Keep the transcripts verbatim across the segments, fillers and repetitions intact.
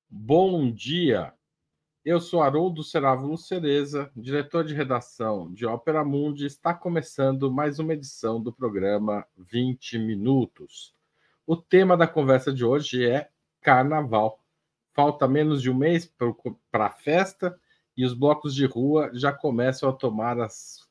Bom dia, eu sou Haroldo Cerávulo Cereza, diretor de redação de Ópera Mundi. Está começando mais uma edição do programa vinte Minutos. O tema da conversa de hoje é Carnaval. Falta menos de um mês para a festa e os blocos de rua já começam a tomar as,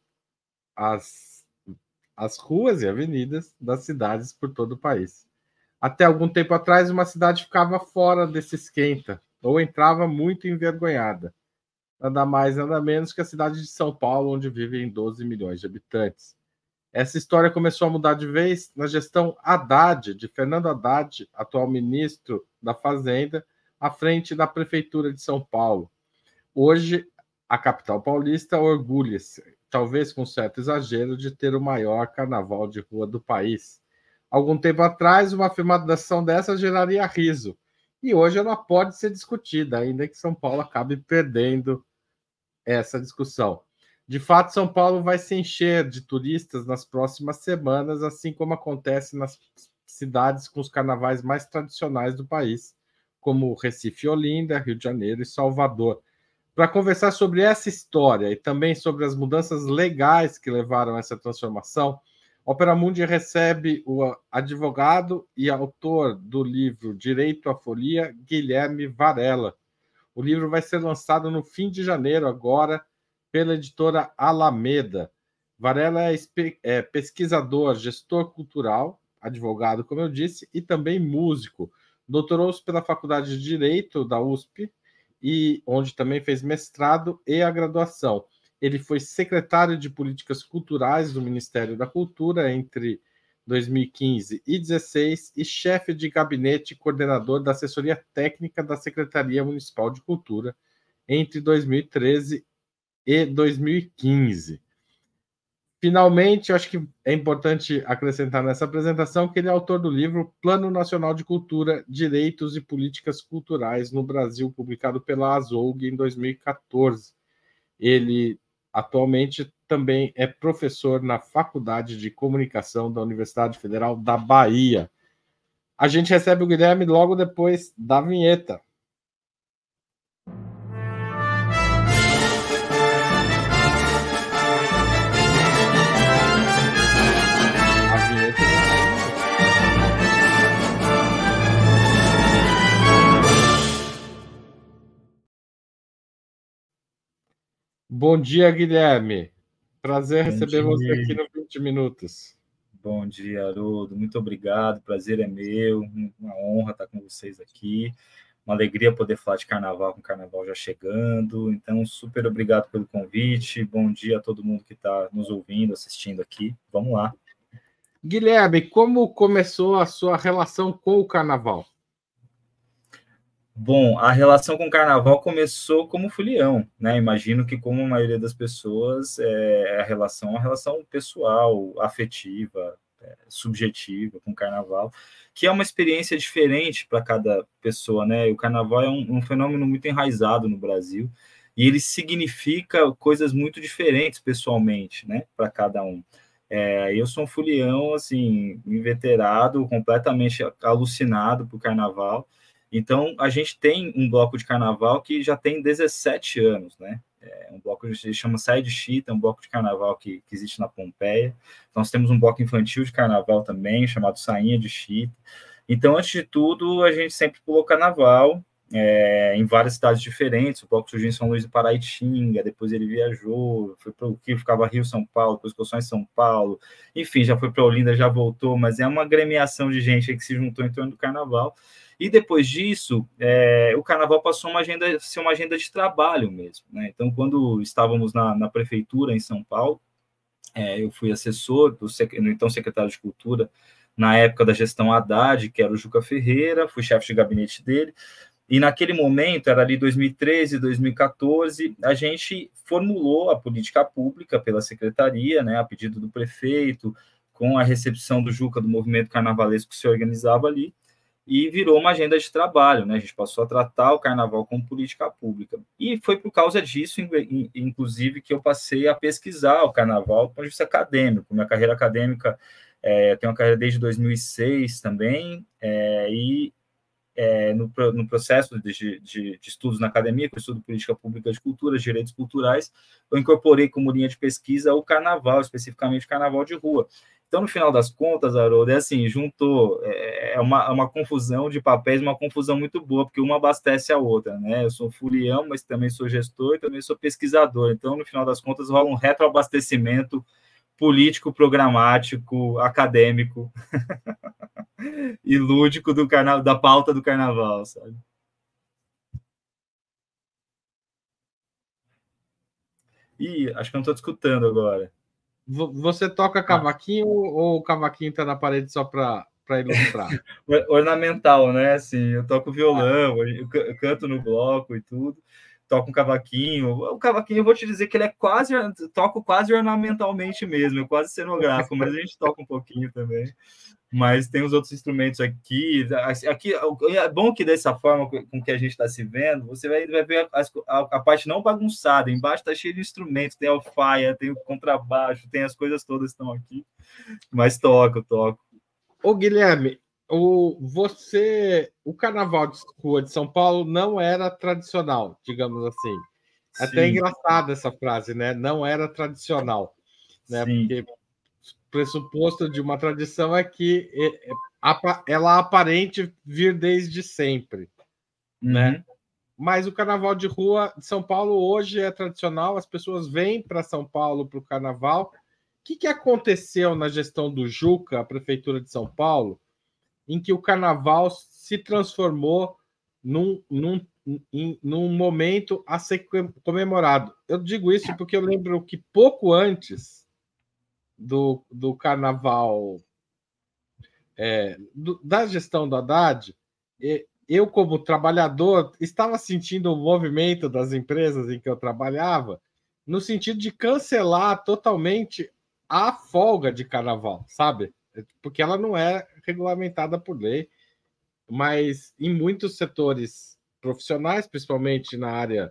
as, as ruas e avenidas das cidades por todo o país. Até algum tempo atrás, uma cidade ficava fora desse esquenta, ou entrava muito envergonhada. Nada mais, nada menos que a cidade de São Paulo, onde vivem doze milhões de habitantes. Essa história começou a mudar de vez na gestão Haddad, de Fernando Haddad, atual ministro da Fazenda, à frente da Prefeitura de São Paulo. Hoje, a capital paulista orgulha-se, talvez com certo exagero, de ter o maior carnaval de rua do país. Algum tempo atrás, uma afirmação dessa geraria riso, e hoje ela pode ser discutida, ainda que São Paulo acabe perdendo essa discussão. De fato, São Paulo vai se encher de turistas nas próximas semanas, assim como acontece nas cidades com os carnavais mais tradicionais do país, como Recife e Olinda, Rio de Janeiro e Salvador. Para conversar sobre essa história e também sobre as mudanças legais que levaram a essa transformação, Ópera Mundi recebe o advogado e autor do livro Direito à Folia, Guilherme Varela. O livro vai ser lançado no fim de janeiro, agora, pela editora Alameda. Varela é, é pesquisador, gestor cultural, advogado, como eu disse, e também músico. Doutorou-se pela Faculdade de Direito da U S P, e onde também fez mestrado e a graduação. Ele foi secretário de Políticas Culturais do Ministério da Cultura entre dois mil e quinze e dois mil e dezesseis e chefe de gabinete e coordenador da assessoria técnica da Secretaria Municipal de Cultura entre dois mil e treze e dois mil e quinze. Finalmente, eu acho que é importante acrescentar nessa apresentação que ele é autor do livro Plano Nacional de Cultura, Direitos e Políticas Culturais no Brasil, publicado pela Azougue em dois mil e quatorze. Ele atualmente também é professor na Faculdade de Comunicação da Universidade Federal da Bahia. A gente recebe o Guilherme logo depois da vinheta. A vinheta. Bom dia, Guilherme. Prazer receber você aqui no vinte Minutos. Bom dia, Haroldo. Muito obrigado. Prazer é meu. Uma honra estar com vocês aqui. Uma alegria poder falar de carnaval, com o carnaval já chegando. Então, super obrigado pelo convite. Bom dia a todo mundo que está nos ouvindo, assistindo aqui. Vamos lá. Guilherme, como começou a sua relação com o carnaval? Bom, a relação com o carnaval começou como folião, né? Imagino que, como a maioria das pessoas, é, a relação é uma relação pessoal, afetiva, é, subjetiva com o carnaval, que é uma experiência diferente para cada pessoa, né? E o carnaval é um, um fenômeno muito enraizado no Brasil e ele significa coisas muito diferentes pessoalmente, né? Para cada um. É, eu sou um folião, assim, inveterado, completamente alucinado por carnaval. Então, a gente tem um bloco de carnaval que já tem dezessete anos, né? É um bloco que se chama Side Chita, é um bloco de carnaval que, que existe na Pompeia. Nós temos um bloco infantil de carnaval também, chamado Sainha de Chita. Então, antes de tudo, a gente sempre pulou carnaval é, em várias cidades diferentes. O bloco surgiu em São Luís do Paraitinga, depois ele viajou, foi para o que ficava Rio, São Paulo, depois ficou só em São Paulo. Enfim, já foi para Olinda, já voltou, mas é uma gremiação de gente que se juntou em torno do carnaval. E depois disso, é, o carnaval passou uma agenda, a ser uma agenda de trabalho mesmo, né? Então, quando estávamos na, na prefeitura em São Paulo, é, eu fui assessor do então secretário de Cultura na época da gestão Haddad, que era o Juca Ferreira, fui chefe de gabinete dele, e naquele momento, era ali dois mil e treze, dois mil e quatorze, a gente formulou a política pública pela secretaria, né, a pedido do prefeito, com a recepção do Juca do movimento carnavalesco que se organizava ali, e virou uma agenda de trabalho, né? A gente passou a tratar o carnaval como política pública. E foi por causa disso, inclusive, que eu passei a pesquisar o carnaval do ponto de vista acadêmico. Minha carreira acadêmica, é, eu tenho uma carreira desde dois mil e seis também, é, e é, é, no, no processo de, de, de estudos na academia, que eu estudo política pública de cultura, direitos culturais, eu incorporei como linha de pesquisa o carnaval, especificamente o carnaval de rua. Então, no final das contas, Haroldo, é assim, juntou, é uma, uma confusão de papéis, uma confusão muito boa, porque uma abastece a outra, né? Eu sou folião, mas também sou gestor e também sou pesquisador. Então, no final das contas, rola um retroabastecimento político, programático, acadêmico e lúdico do carnaval, da pauta do carnaval, sabe? Ih, acho que não estou te escutando agora. Você toca cavaquinho ah. ou o cavaquinho está na parede só para ilustrar? Ornamental, né? Assim, eu toco violão, ah. eu canto no bloco e tudo, toco um cavaquinho. O cavaquinho, eu vou te dizer que ele é quase, toco quase ornamentalmente mesmo, é quase cenográfico, mas a gente toca um pouquinho também. Mas tem os outros instrumentos aqui. Aqui é bom que dessa forma com que a gente está se vendo, você vai, vai ver a, a, a parte não bagunçada. Embaixo está cheio de instrumentos, tem alfaia, tem o contrabaixo, tem as coisas todas que estão aqui. Mas toco, toco. Ô, Guilherme, o, você, o Carnaval de Rua de São Paulo não era tradicional, digamos assim. Sim. Até é engraçada essa frase, né? Não era tradicional, né? Sim. Porque pressuposto de uma tradição é que ela aparente vir desde sempre, uhum. né? Mas o Carnaval de Rua de São Paulo hoje é tradicional, as pessoas vêm para São Paulo para o Carnaval. O que, que aconteceu na gestão do Juca, a Prefeitura de São Paulo, em que o Carnaval se transformou num, num, em, num momento a ser comemorado? Eu digo isso porque eu lembro que pouco antes Do, do carnaval, é, do, da gestão do Haddad, eu, como trabalhador, estava sentindo o movimento das empresas em que eu trabalhava, no sentido de cancelar totalmente a folga de carnaval, sabe? Porque ela não é regulamentada por lei, mas em muitos setores profissionais, principalmente na área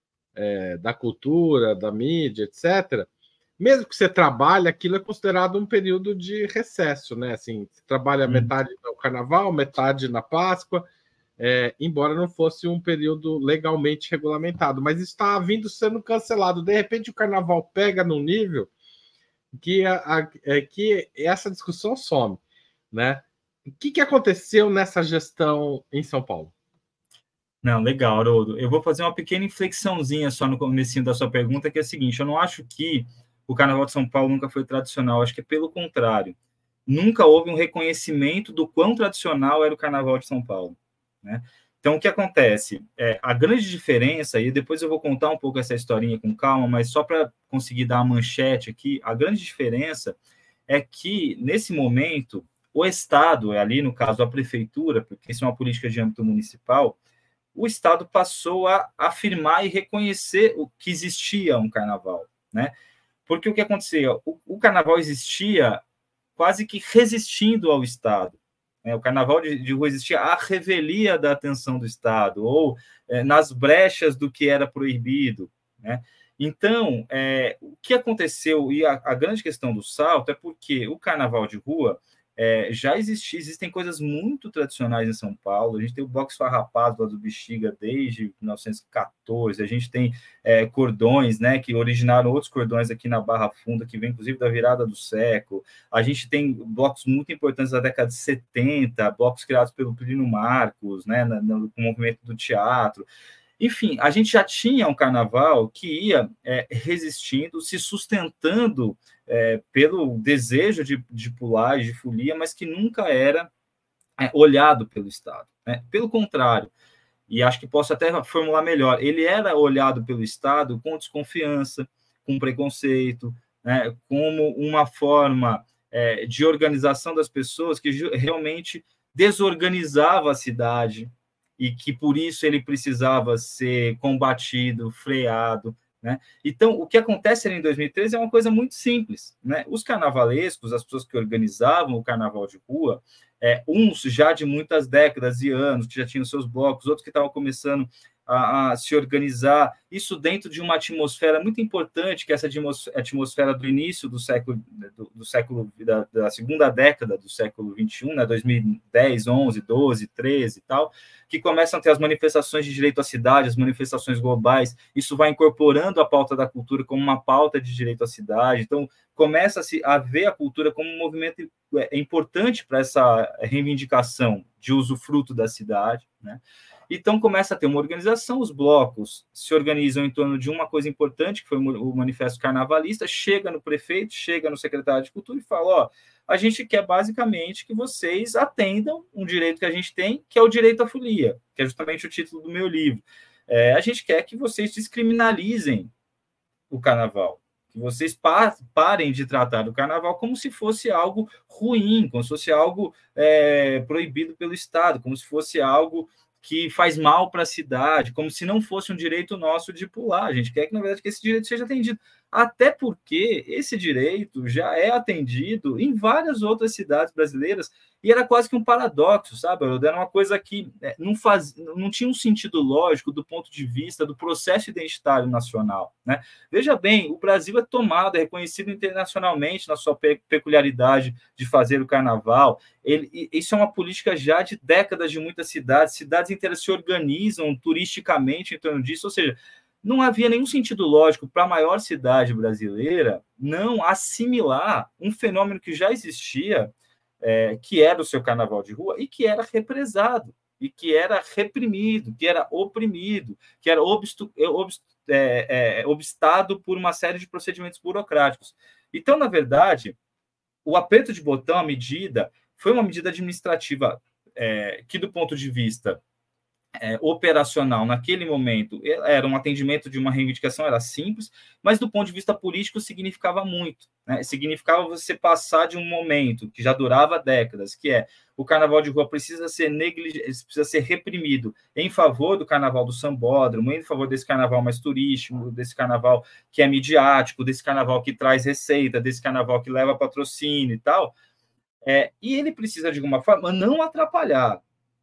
é, da cultura, da mídia, etcétera, mesmo que você trabalhe, aquilo é considerado um período de recesso, né? Assim, você trabalha metade no Carnaval, metade na Páscoa, é, embora não fosse um período legalmente regulamentado, mas está vindo sendo cancelado. De repente, o Carnaval pega num nível que, a, a, é, que essa discussão some, né? O que, que aconteceu nessa gestão em São Paulo? Não, legal, Haroldo. Eu vou fazer uma pequena inflexãozinha só no comecinho da sua pergunta, que é a seguinte: eu não acho que o Carnaval de São Paulo nunca foi tradicional, acho que é pelo contrário. Nunca houve um reconhecimento do quão tradicional era o Carnaval de São Paulo, né? Então, o que acontece? É, a grande diferença, e depois eu vou contar um pouco essa historinha com calma, mas só para conseguir dar a manchete aqui, a grande diferença é que, nesse momento, o Estado, ali no caso a Prefeitura, porque isso é uma política de âmbito municipal, o Estado passou a afirmar e reconhecer o que existia um Carnaval, né? Porque o que acontecia? O, o Carnaval existia quase que resistindo ao Estado. Né? O Carnaval de, de rua existia à revelia da atenção do Estado, ou é, nas brechas do que era proibido. Né? Então, é, o que aconteceu, e a, a grande questão do salto, é porque o Carnaval de rua é, já existia, existem coisas muito tradicionais em São Paulo. A gente tem o boxe farrapado lá do Bexiga desde mil novecentos e quatorze, a gente tem é, cordões, né, que originaram outros cordões aqui na Barra Funda, que vem inclusive da virada do século. A gente tem blocos muito importantes da década de setenta, blocos criados pelo Plínio Marcos, né, no, no movimento do teatro. Enfim, a gente já tinha um carnaval que ia é, resistindo, se sustentando é, pelo desejo de, de pular, de folia, mas que nunca era é, olhado pelo Estado. Né? Pelo contrário, e acho que posso até formular melhor, ele era olhado pelo Estado com desconfiança, com preconceito, né? Como uma forma é, de organização das pessoas que realmente desorganizava a cidade, e que por isso ele precisava ser combatido, freado. Né? Então, o que acontece ali em dois mil e treze é uma coisa muito simples. Né? Os carnavalescos, as pessoas que organizavam o carnaval de rua, é, uns já de muitas décadas e anos, que já tinham seus blocos, outros que estavam começando a, a se organizar, isso dentro de uma atmosfera muito importante, que é essa atmosfera do início do século, do, do século da, da segunda década do século vinte e um, né, dois mil e dez, onze, doze, treze e tal, que começam a ter as manifestações de direito à cidade, as manifestações globais, isso vai incorporando a pauta da cultura como uma pauta de direito à cidade, então começa-se a ver a cultura como um movimento importante para essa reivindicação de usufruto da cidade, né? Então, começa a ter uma organização, os blocos se organizam em torno de uma coisa importante, que foi o Manifesto Carnavalista, chega no prefeito, chega no secretário de Cultura e fala, ó, a gente quer basicamente que vocês atendam um direito que a gente tem, que é o direito à folia, que é justamente o título do meu livro. É, a gente quer que vocês descriminalizem o carnaval, que vocês parem de tratar o carnaval como se fosse algo ruim, como se fosse algo é, proibido pelo Estado, como se fosse algo que faz mal para a cidade, como se não fosse um direito nosso de pular. A gente quer que, na verdade, que esse direito seja atendido. Até porque esse direito já é atendido em várias outras cidades brasileiras e era quase que um paradoxo, sabe? Era uma coisa que não, faz, não tinha um sentido lógico do ponto de vista do processo identitário nacional, né? Veja bem, o Brasil é tomado, é reconhecido internacionalmente na sua peculiaridade de fazer o carnaval. Ele, isso é uma política já de décadas de muitas cidades, cidades inteiras se organizam turisticamente em torno disso, ou seja, não havia nenhum sentido lógico para a maior cidade brasileira não assimilar um fenômeno que já existia, é, que era o seu carnaval de rua e que era represado, e que era reprimido, que era oprimido, que era obstu, obst, é, é, obstado por uma série de procedimentos burocráticos. Então, na verdade, o aperto de botão, a medida, foi uma medida administrativa é, que, do ponto de vista é, operacional, naquele momento, era um atendimento de uma reivindicação, era simples, mas, do ponto de vista político, significava muito. Né? Significava você passar de um momento que já durava décadas, que é o carnaval de rua precisa ser neglig... precisa ser reprimido em favor do carnaval do sambódromo, em favor desse carnaval mais turístico, desse carnaval que é midiático, desse carnaval que traz receita, desse carnaval que leva patrocínio e tal, é, e ele precisa, de alguma forma, não atrapalhar.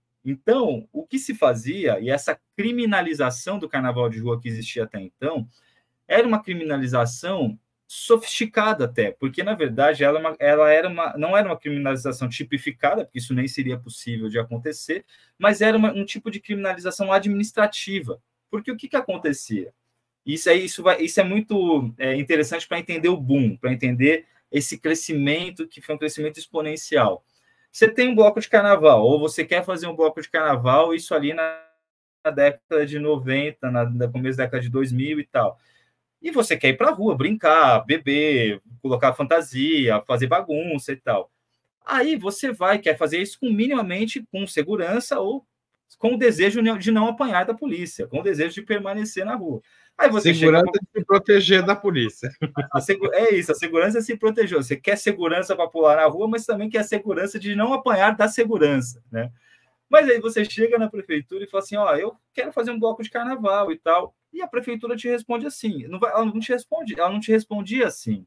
Então, o que se fazia, e essa criminalização do carnaval de rua que existia até então, era uma criminalização sofisticada até, porque, na verdade, ela, é uma, ela era uma, não era uma criminalização tipificada, porque isso nem seria possível de acontecer, mas era uma, um tipo de criminalização administrativa. Porque o que, que acontecia? Isso é, isso vai, isso é muito é, interessante para entender o boom, para entender esse crescimento, que foi um crescimento exponencial. Você tem um bloco de carnaval, ou você quer fazer um bloco de carnaval, isso ali na, na década de noventa, na, na começo da década de dois mil e tal. E você quer ir para a rua, brincar, beber, colocar fantasia, fazer bagunça e tal. Aí você vai, quer fazer isso com minimamente com segurança ou com o desejo de não apanhar da polícia, com o desejo de permanecer na rua. Aí você segurança chega... de se proteger da polícia. Segu... É isso, a segurança é se proteger. Você quer segurança para pular na rua, mas também quer segurança de não apanhar da segurança, né? Mas aí você chega na prefeitura e fala assim, ó, eu quero fazer um bloco de carnaval e tal, e a prefeitura te responde assim, não vai, ela não te responde, ela não te respondia assim.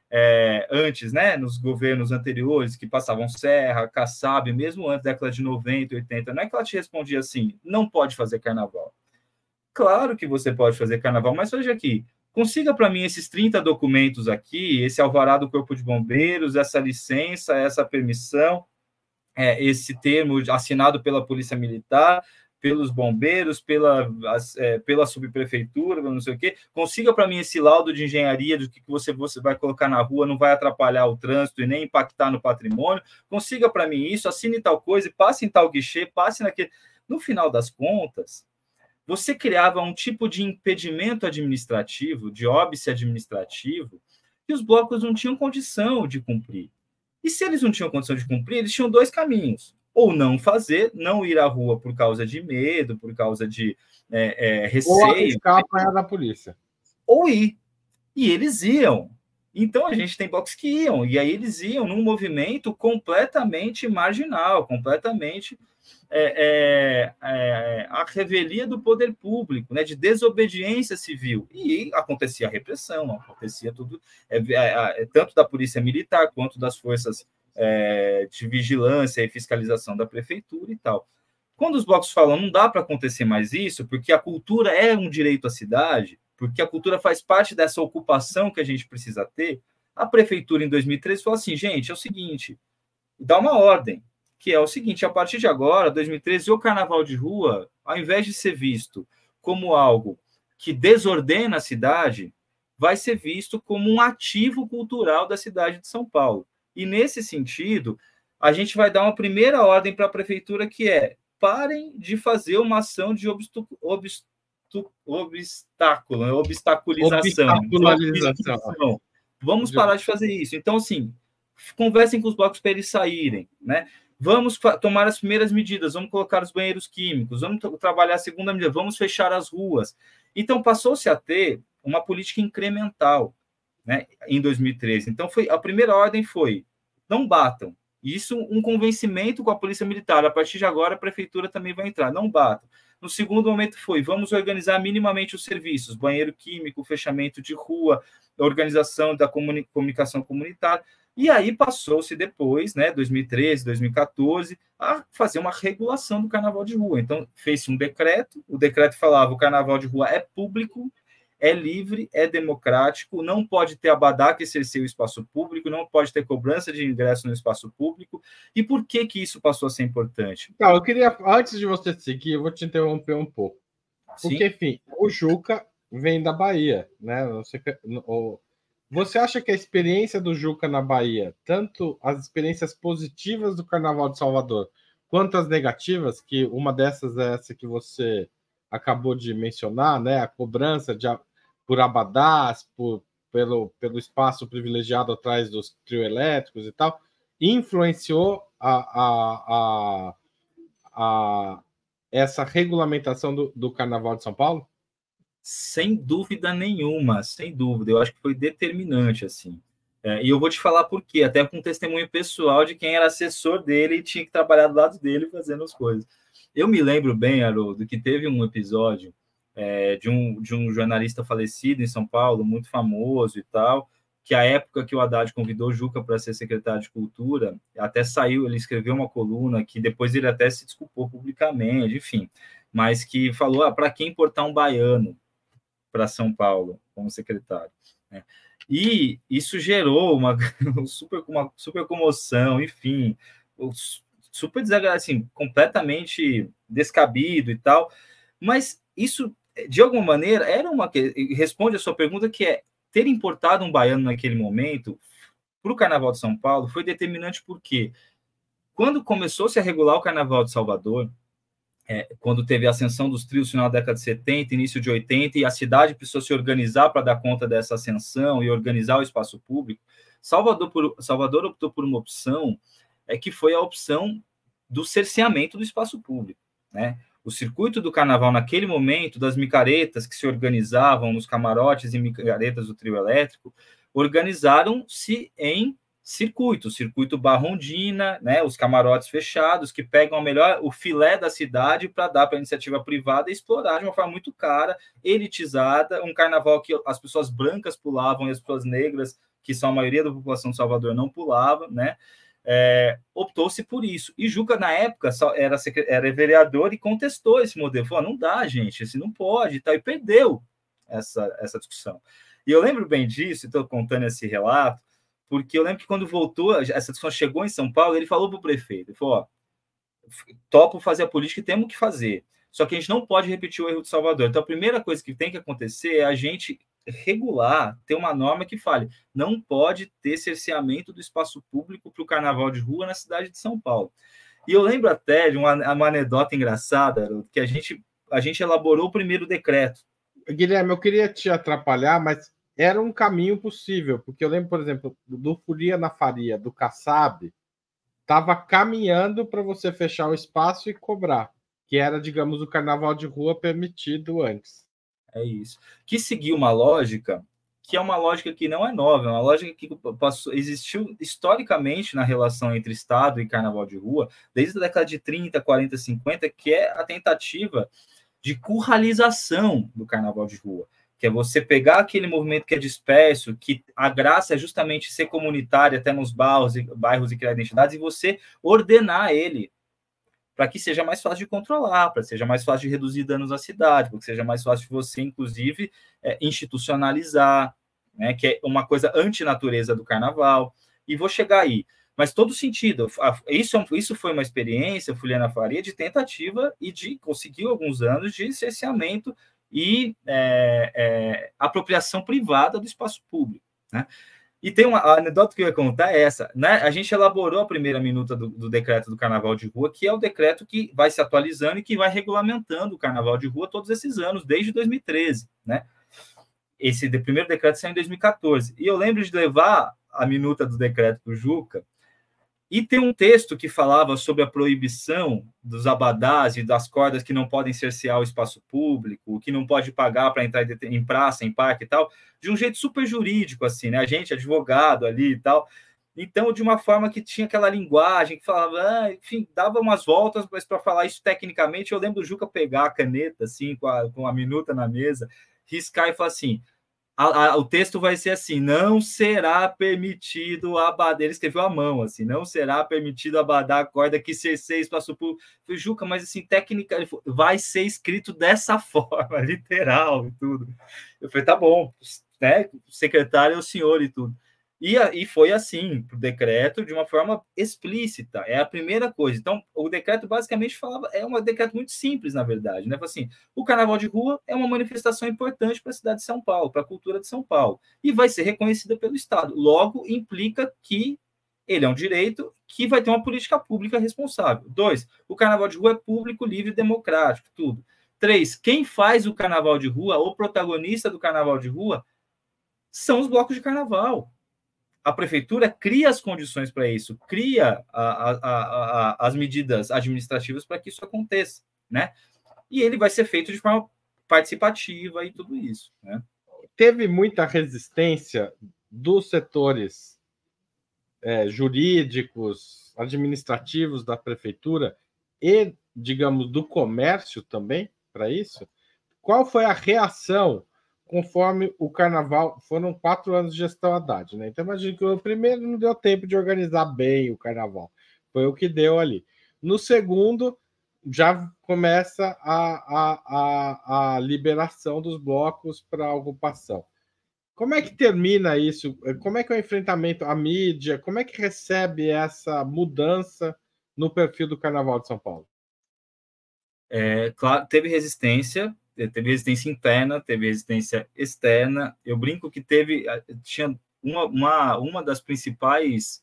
É, antes, né, nos governos anteriores, que passavam Serra, Kassab, mesmo antes da década de noventa, oitenta, não é que ela te respondia assim, não pode fazer carnaval. Claro que você pode fazer carnaval, mas veja aqui, consiga para mim esses trinta documentos aqui, esse alvará do Corpo de Bombeiros, essa licença, essa permissão, é, esse termo assinado pela Polícia Militar, pelos bombeiros, pela, é, pela subprefeitura, não sei o quê, consiga para mim esse laudo de engenharia do que você, você vai colocar na rua, não vai atrapalhar o trânsito e nem impactar no patrimônio, consiga para mim isso, assine tal coisa, passe em tal guichê, passe naquele... No final das contas, você criava um tipo de impedimento administrativo, de óbice administrativo, que os blocos não tinham condição de cumprir. E se eles não tinham condição de cumprir, eles tinham dois caminhos. Ou não fazer, não ir à rua por causa de medo, por causa de é, é, receio. Ou arriscar apanhar da polícia. Ou ir. E eles iam. Então, a gente tem blocos que iam. E aí eles iam num movimento completamente marginal, completamente é, é, é, a revelia do poder público, né, de desobediência civil. E acontecia a repressão, acontecia tudo, é, é, é, tanto da polícia militar quanto das forças É, de vigilância e fiscalização da prefeitura e tal. Quando os blocos falam não dá para acontecer mais isso, porque a cultura é um direito à cidade, porque a cultura faz parte dessa ocupação que a gente precisa ter, a prefeitura, em dois mil e treze, falou assim, gente, é o seguinte, dá uma ordem, que é o seguinte, a partir de agora, dois mil e treze, o carnaval de rua, ao invés de ser visto como algo que desordena a cidade, vai ser visto como um ativo cultural da cidade de São Paulo. E, nesse sentido, a gente vai dar uma primeira ordem para a prefeitura, que é parem de fazer uma ação de obstu, obstu, obstáculo, né? obstaculização. Obstacularização. Vamos parar de fazer isso. Então, assim, conversem com os blocos para eles saírem, né? Vamos tomar as primeiras medidas, vamos colocar os banheiros químicos, vamos trabalhar a segunda medida, vamos fechar as ruas. Então, passou-se a ter uma política incremental, né, em dois mil e treze. Então, foi, a primeira ordem foi, não batam. Isso, um convencimento com a Polícia Militar. A partir de agora, a Prefeitura também vai entrar, não batam. No segundo momento foi, vamos organizar minimamente os serviços, banheiro químico, fechamento de rua, organização da comuni- comunicação comunitária. E aí passou-se depois, né, dois mil e treze, dois mil e quatorze, a fazer uma regulação do carnaval de rua. Então, fez-se um decreto, o decreto falava o carnaval de rua é público, é livre, é democrático, não pode ter abadá que cerceie o espaço público, não pode ter cobrança de ingresso no espaço público. E por que que isso passou a ser importante? Não, eu queria, antes de você seguir, eu vou te interromper um pouco. Porque, Sim. enfim, o Juca vem da Bahia, né? Você, você acha que a experiência do Juca na Bahia, tanto as experiências positivas do Carnaval de Salvador, quanto as negativas, que uma dessas é essa que você acabou de mencionar, né? A cobrança de, por abadás, por, pelo, pelo espaço privilegiado atrás dos trio elétricos e tal, influenciou a, a, a, a essa regulamentação do, do Carnaval de São Paulo? Sem dúvida nenhuma, sem dúvida. Eu acho que foi determinante, assim. É, e eu vou te falar por quê, até com testemunho pessoal de quem era assessor dele e tinha que trabalhar do lado dele fazendo as coisas. Eu me lembro bem, Haroldo, que teve um episódio é, de, um, de um jornalista falecido em São Paulo, muito famoso e tal, que a época que o Haddad convidou o Juca para ser secretário de Cultura, até saiu, ele escreveu uma coluna que depois ele até se desculpou publicamente, enfim, mas que falou, ah, para que importar um baiano para São Paulo como secretário, né? E isso gerou uma super, uma super comoção, enfim, super desagradável, assim, completamente descabido e tal, mas isso, de alguma maneira, era uma responde a sua pergunta, que é ter importado um baiano naquele momento para o Carnaval de São Paulo foi determinante, porque quando começou-se a regular o Carnaval de Salvador, É, quando teve a ascensão dos trios no final da década de setenta, início de oitenta, e a cidade precisou se organizar para dar conta dessa ascensão e organizar o espaço público, Salvador, por, Salvador optou por uma opção é, que foi a opção do cerceamento do espaço público, né? O circuito do carnaval, naquele momento, das micaretas que se organizavam nos camarotes e micaretas do trio elétrico, organizaram-se em circuito, circuito Barrondina, né, os camarotes fechados, que pegam a melhor, o filé da cidade para dar para a iniciativa privada e explorar de uma forma muito cara, elitizada, um carnaval que as pessoas brancas pulavam e as pessoas negras, que são a maioria da população de Salvador, não pulavam, né? É, optou-se por isso. E Juca, na época, era, era vereador e contestou esse modelo. Falou, não dá, gente, assim não pode, tá? E perdeu essa, essa discussão. E eu lembro bem disso, estou contando esse relato, porque eu lembro que quando voltou, essa discussão chegou em São Paulo, ele falou para o prefeito, ele falou, ó, topo fazer a política e temos que fazer, só que a gente não pode repetir o erro de Salvador. Então, a primeira coisa que tem que acontecer é a gente regular, ter uma norma que fale, não pode ter cerceamento do espaço público para o carnaval de rua na cidade de São Paulo. E eu lembro até de uma, uma anedota engraçada, que a gente, a gente elaborou o primeiro decreto. Guilherme, eu queria te atrapalhar, mas era um caminho possível, porque eu lembro, por exemplo, do Folia na Faria, do Kassab, estava caminhando para você fechar o espaço e cobrar, que era, digamos, o carnaval de rua permitido antes. É isso. Que seguiu uma lógica, que é uma lógica que não é nova, é uma lógica que passou, existiu historicamente na relação entre Estado e carnaval de rua, desde a década de trinta, quarenta, cinquenta, que é a tentativa de curralização do carnaval de rua, que é você pegar aquele movimento que é disperso, que a graça é justamente ser comunitário até nos bairros, bairros e criar identidades, e você ordenar ele para que seja mais fácil de controlar, para que seja mais fácil de reduzir danos à cidade, para que seja mais fácil de você, inclusive, é, institucionalizar, né, que é uma coisa antinatureza do carnaval. E vou chegar aí. Mas todo sentido. Isso, isso foi uma experiência, Fuliana Faria, de tentativa e de conseguiu alguns anos de cerceamento e é, é, apropriação privada do espaço público, né? E tem uma a anedota que eu ia contar é essa, né? A gente elaborou a primeira minuta do, do decreto do Carnaval de Rua, que é o decreto que vai se atualizando e que vai regulamentando o Carnaval de Rua todos esses anos, desde dois mil e treze, né? Esse de, primeiro decreto saiu em dois mil e quatorze. E eu lembro de levar a minuta do decreto do Juca, e tem um texto que falava sobre a proibição dos abadás e das cordas que não podem cercear o espaço público, que não pode pagar para entrar em praça, em parque e tal, de um jeito super jurídico, assim, né? A gente, advogado ali e tal. Então, de uma forma que tinha aquela linguagem que falava, ah, enfim, dava umas voltas, mas para falar isso tecnicamente, eu lembro do Juca pegar a caneta, assim, com a, com a minuta na mesa, riscar e falar assim, A, a, o texto vai ser assim, não será permitido abadar, ele escreveu à mão, assim, não será permitido abadar a corda que cerceia espaço público. Eu falei, Juca, mas assim, técnica, ele falou, vai ser escrito dessa forma, literal e tudo. Eu falei, tá bom, né, o secretário é o senhor e tudo. E, e foi assim, o decreto, de uma forma explícita, é a primeira coisa. Então, o decreto basicamente falava, é um decreto muito simples, na verdade, né? Assim, o Carnaval de Rua é uma manifestação importante para a cidade de São Paulo, para a cultura de São Paulo, e vai ser reconhecida pelo Estado. Logo, implica que ele é um direito que vai ter uma política pública responsável. Dois, o Carnaval de Rua é público, livre e democrático, tudo. Três, quem faz o Carnaval de Rua, o protagonista do Carnaval de Rua, são os blocos de carnaval. A prefeitura cria as condições para isso, cria a, a, a, a, as medidas administrativas para que isso aconteça, né? E ele vai ser feito de forma participativa e tudo isso, né? Teve muita resistência dos setores é, jurídicos, administrativos da prefeitura e, digamos, do comércio também para isso? Qual foi a reação conforme o carnaval? Foram quatro anos de gestão Haddad, né? Então, imagino que o primeiro não deu tempo de organizar bem o carnaval. Foi o que deu ali. No segundo, já começa a, a, a, a liberação dos blocos para a ocupação. Como é que termina isso? Como é que é o enfrentamento à mídia? Como é que recebe essa mudança no perfil do Carnaval de São Paulo? É, claro, teve resistência, teve resistência interna, teve resistência externa. Eu brinco que teve, tinha uma, uma, uma das principais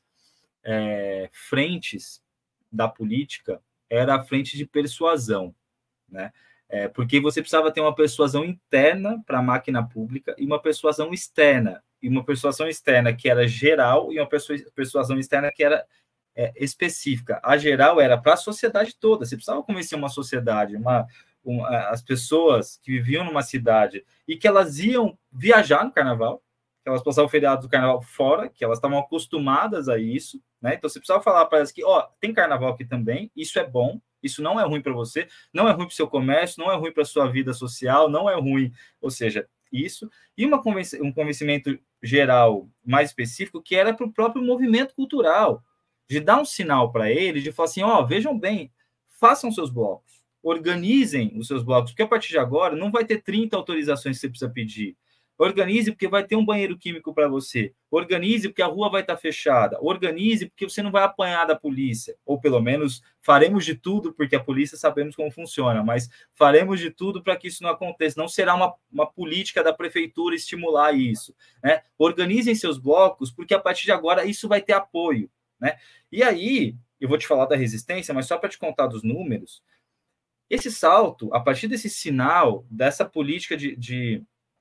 é, frentes da política era a frente de persuasão, né? É, porque você precisava ter uma persuasão interna para a máquina pública e uma persuasão externa, e uma persuasão externa que era geral e uma persuasão externa que era é, específica. A geral era para a sociedade toda, você precisava convencer uma sociedade, uma, uma, as pessoas que viviam numa cidade e que elas iam viajar no carnaval, que elas passavam o feriado do carnaval fora, que elas estavam acostumadas a isso, né? Então você precisava falar para elas que, ó, tem carnaval aqui também, isso é bom, isso não é ruim para você, não é ruim para o seu comércio, não é ruim para a sua vida social, não é ruim, ou seja, isso, e uma convenc- um convencimento geral mais específico que era para o próprio movimento cultural, de dar um sinal para ele, de falar assim, ó, vejam bem, façam seus blocos, organizem os seus blocos, porque a partir de agora não vai ter trinta autorizações que você precisa pedir. Organize porque vai ter um banheiro químico para você. Organize porque a rua vai estar fechada. Organize porque você não vai apanhar da polícia. Ou pelo menos faremos de tudo, porque a polícia sabemos como funciona, mas faremos de tudo para que isso não aconteça. Não será uma, uma política da prefeitura estimular isso, né? Organizem seus blocos, porque a partir de agora isso vai ter apoio, né? E aí, eu vou te falar da resistência, mas só para te contar dos números, esse salto, a partir desse sinal, dessa política de, de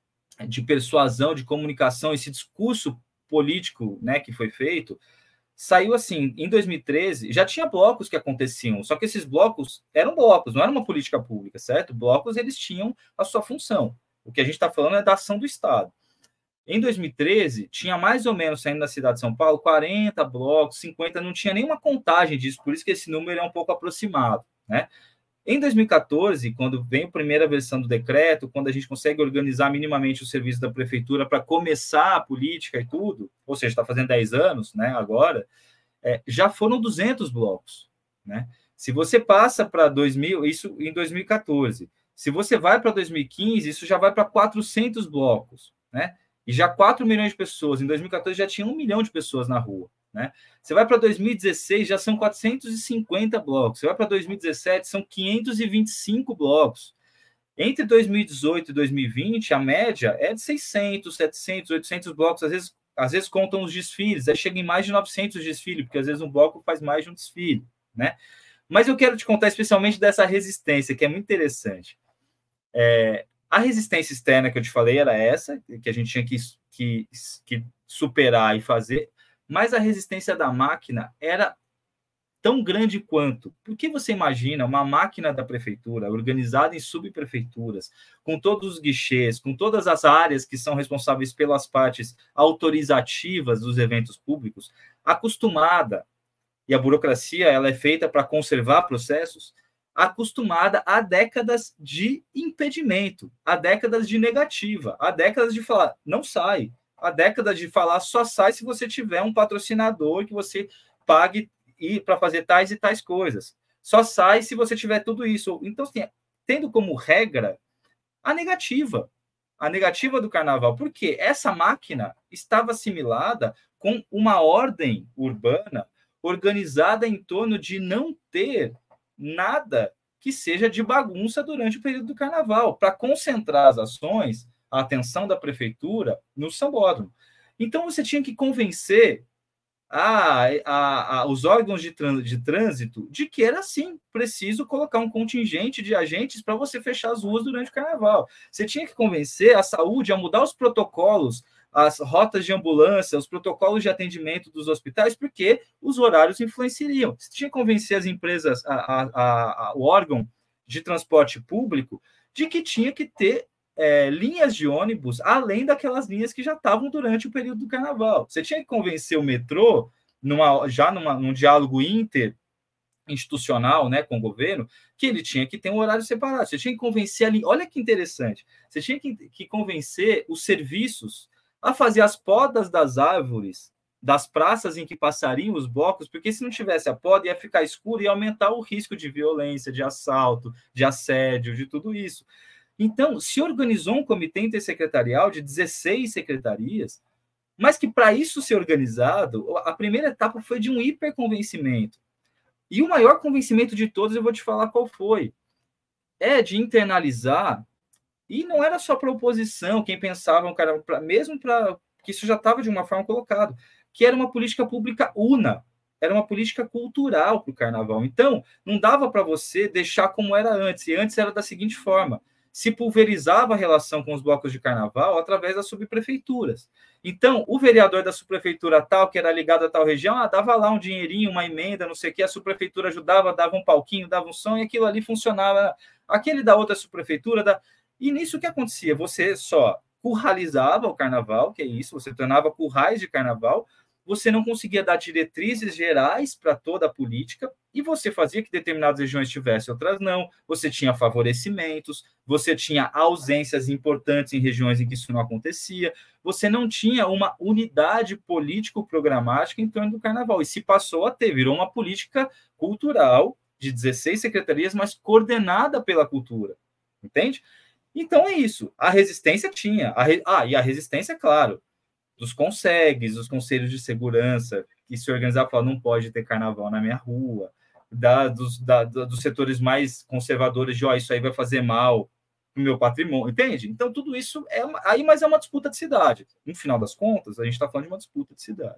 de persuasão, de comunicação, esse discurso político, né, que foi feito, saiu assim, em dois mil e treze, já tinha blocos que aconteciam, só que esses blocos eram blocos, não era uma política pública, certo? Blocos, eles tinham a sua função. O que a gente está falando é da ação do Estado. Em dois mil e treze, tinha mais ou menos, saindo da cidade de São Paulo, quarenta blocos, cinquenta, não tinha nenhuma contagem disso, por isso que esse número é um pouco aproximado, né? Em dois mil e quatorze, quando vem a primeira versão do decreto, quando a gente consegue organizar minimamente o serviço da prefeitura para começar a política e tudo, ou seja, está fazendo dez anos, né, agora, é, já foram duzentos blocos, né? Se você passa para dois mil, isso em dois mil e quatorze. Se você vai para dois mil e quinze, isso já vai para quatrocentos blocos, né? E já quatro milhões de pessoas. Em dois mil e quatorze já tinha um milhão de pessoas na rua, né? Você vai para dois mil e dezesseis, já são quatrocentos e cinquenta blocos. Você vai para dois mil e dezessete, são quinhentos e vinte e cinco blocos. Entre dois mil e dezoito e dois mil e vinte, a média é de seiscentos, setecentos, oitocentos blocos. Às vezes, às vezes contam os desfiles, aí chega em mais de novecentos desfiles, porque às vezes um bloco faz mais de um desfile, né? Mas eu quero te contar especialmente dessa resistência, que é muito interessante. É, a resistência externa que eu te falei era essa, que a gente tinha que, que, que superar e fazer, mas a resistência da máquina era tão grande quanto. Porque você imagina uma máquina da prefeitura organizada em subprefeituras, com todos os guichês, com todas as áreas que são responsáveis pelas partes autorizativas dos eventos públicos, acostumada, e a burocracia ela é feita para conservar processos, acostumada a décadas de impedimento, a décadas de negativa, a décadas de falar, não sai, a década de falar só sai se você tiver um patrocinador que você pague e para fazer tais e tais coisas. Só sai se você tiver tudo isso. Então, assim, tendo como regra a negativa, a negativa do carnaval, porque essa máquina estava assimilada com uma ordem urbana organizada em torno de não ter nada que seja de bagunça durante o período do carnaval, para concentrar as ações, a atenção da prefeitura no sambódromo. Então, você tinha que convencer A, a, a, os órgãos de, trans, de trânsito de que era assim, preciso colocar um contingente de agentes para você fechar as ruas durante o carnaval. Você tinha que convencer a saúde a mudar os protocolos, as rotas de ambulância, os protocolos de atendimento dos hospitais, porque os horários influenciariam. Você tinha que convencer as empresas, a, a, a, o órgão de transporte público, de que tinha que ter É, linhas de ônibus, além daquelas linhas que já estavam durante o período do carnaval. Você tinha que convencer o metrô, numa, já numa, num diálogo interinstitucional, né, com o governo, que ele tinha que ter um horário separado. Você tinha que convencer ali, olha que interessante, você tinha que, que convencer os serviços a fazer as podas das árvores, das praças em que passariam os blocos, porque se não tivesse a poda, ia ficar escuro e ia aumentar o risco de violência, de assalto, de assédio, de tudo isso. Então, se organizou um comitê intersecretarial de dezesseis secretarias, mas que para isso ser organizado, a primeira etapa foi de um hiperconvencimento. E o maior convencimento de todos, eu vou te falar qual foi. É de internalizar, e não era só para a oposição, quem pensava, cara, pra, mesmo para que isso já estava de uma forma colocado, que era uma política pública una, era uma política cultural para o carnaval. Então, não dava para você deixar como era antes, e antes era da seguinte forma: se pulverizava a relação com os blocos de carnaval através das subprefeituras. Então, o vereador da subprefeitura tal, que era ligado a tal região, ah, dava lá um dinheirinho, uma emenda, não sei o que, a subprefeitura ajudava, dava um palquinho, dava um som, e aquilo ali funcionava. Aquele da outra subprefeitura... Da... E nisso o que acontecia? Você só curralizava o carnaval, que é isso, você tornava currais de carnaval, você não conseguia dar diretrizes gerais para toda a política, e você fazia que determinadas regiões tivessem, outras não, você tinha favorecimentos, você tinha ausências importantes em regiões em que isso não acontecia, você não tinha uma unidade político-programática em torno do carnaval, e se passou a ter, virou uma política cultural de dezesseis secretarias, mas coordenada pela cultura, entende? Então é isso, a resistência tinha, a re... ah, e a resistência, claro, dos consegues, dos conselhos de segurança, que se organizar para não pode ter carnaval na minha rua, da, dos, da, dos setores mais conservadores de, ó, oh, isso aí vai fazer mal para o meu patrimônio, entende? Então, tudo isso é uma, aí, mas é uma disputa de cidade. No final das contas, a gente está falando de uma disputa de cidade.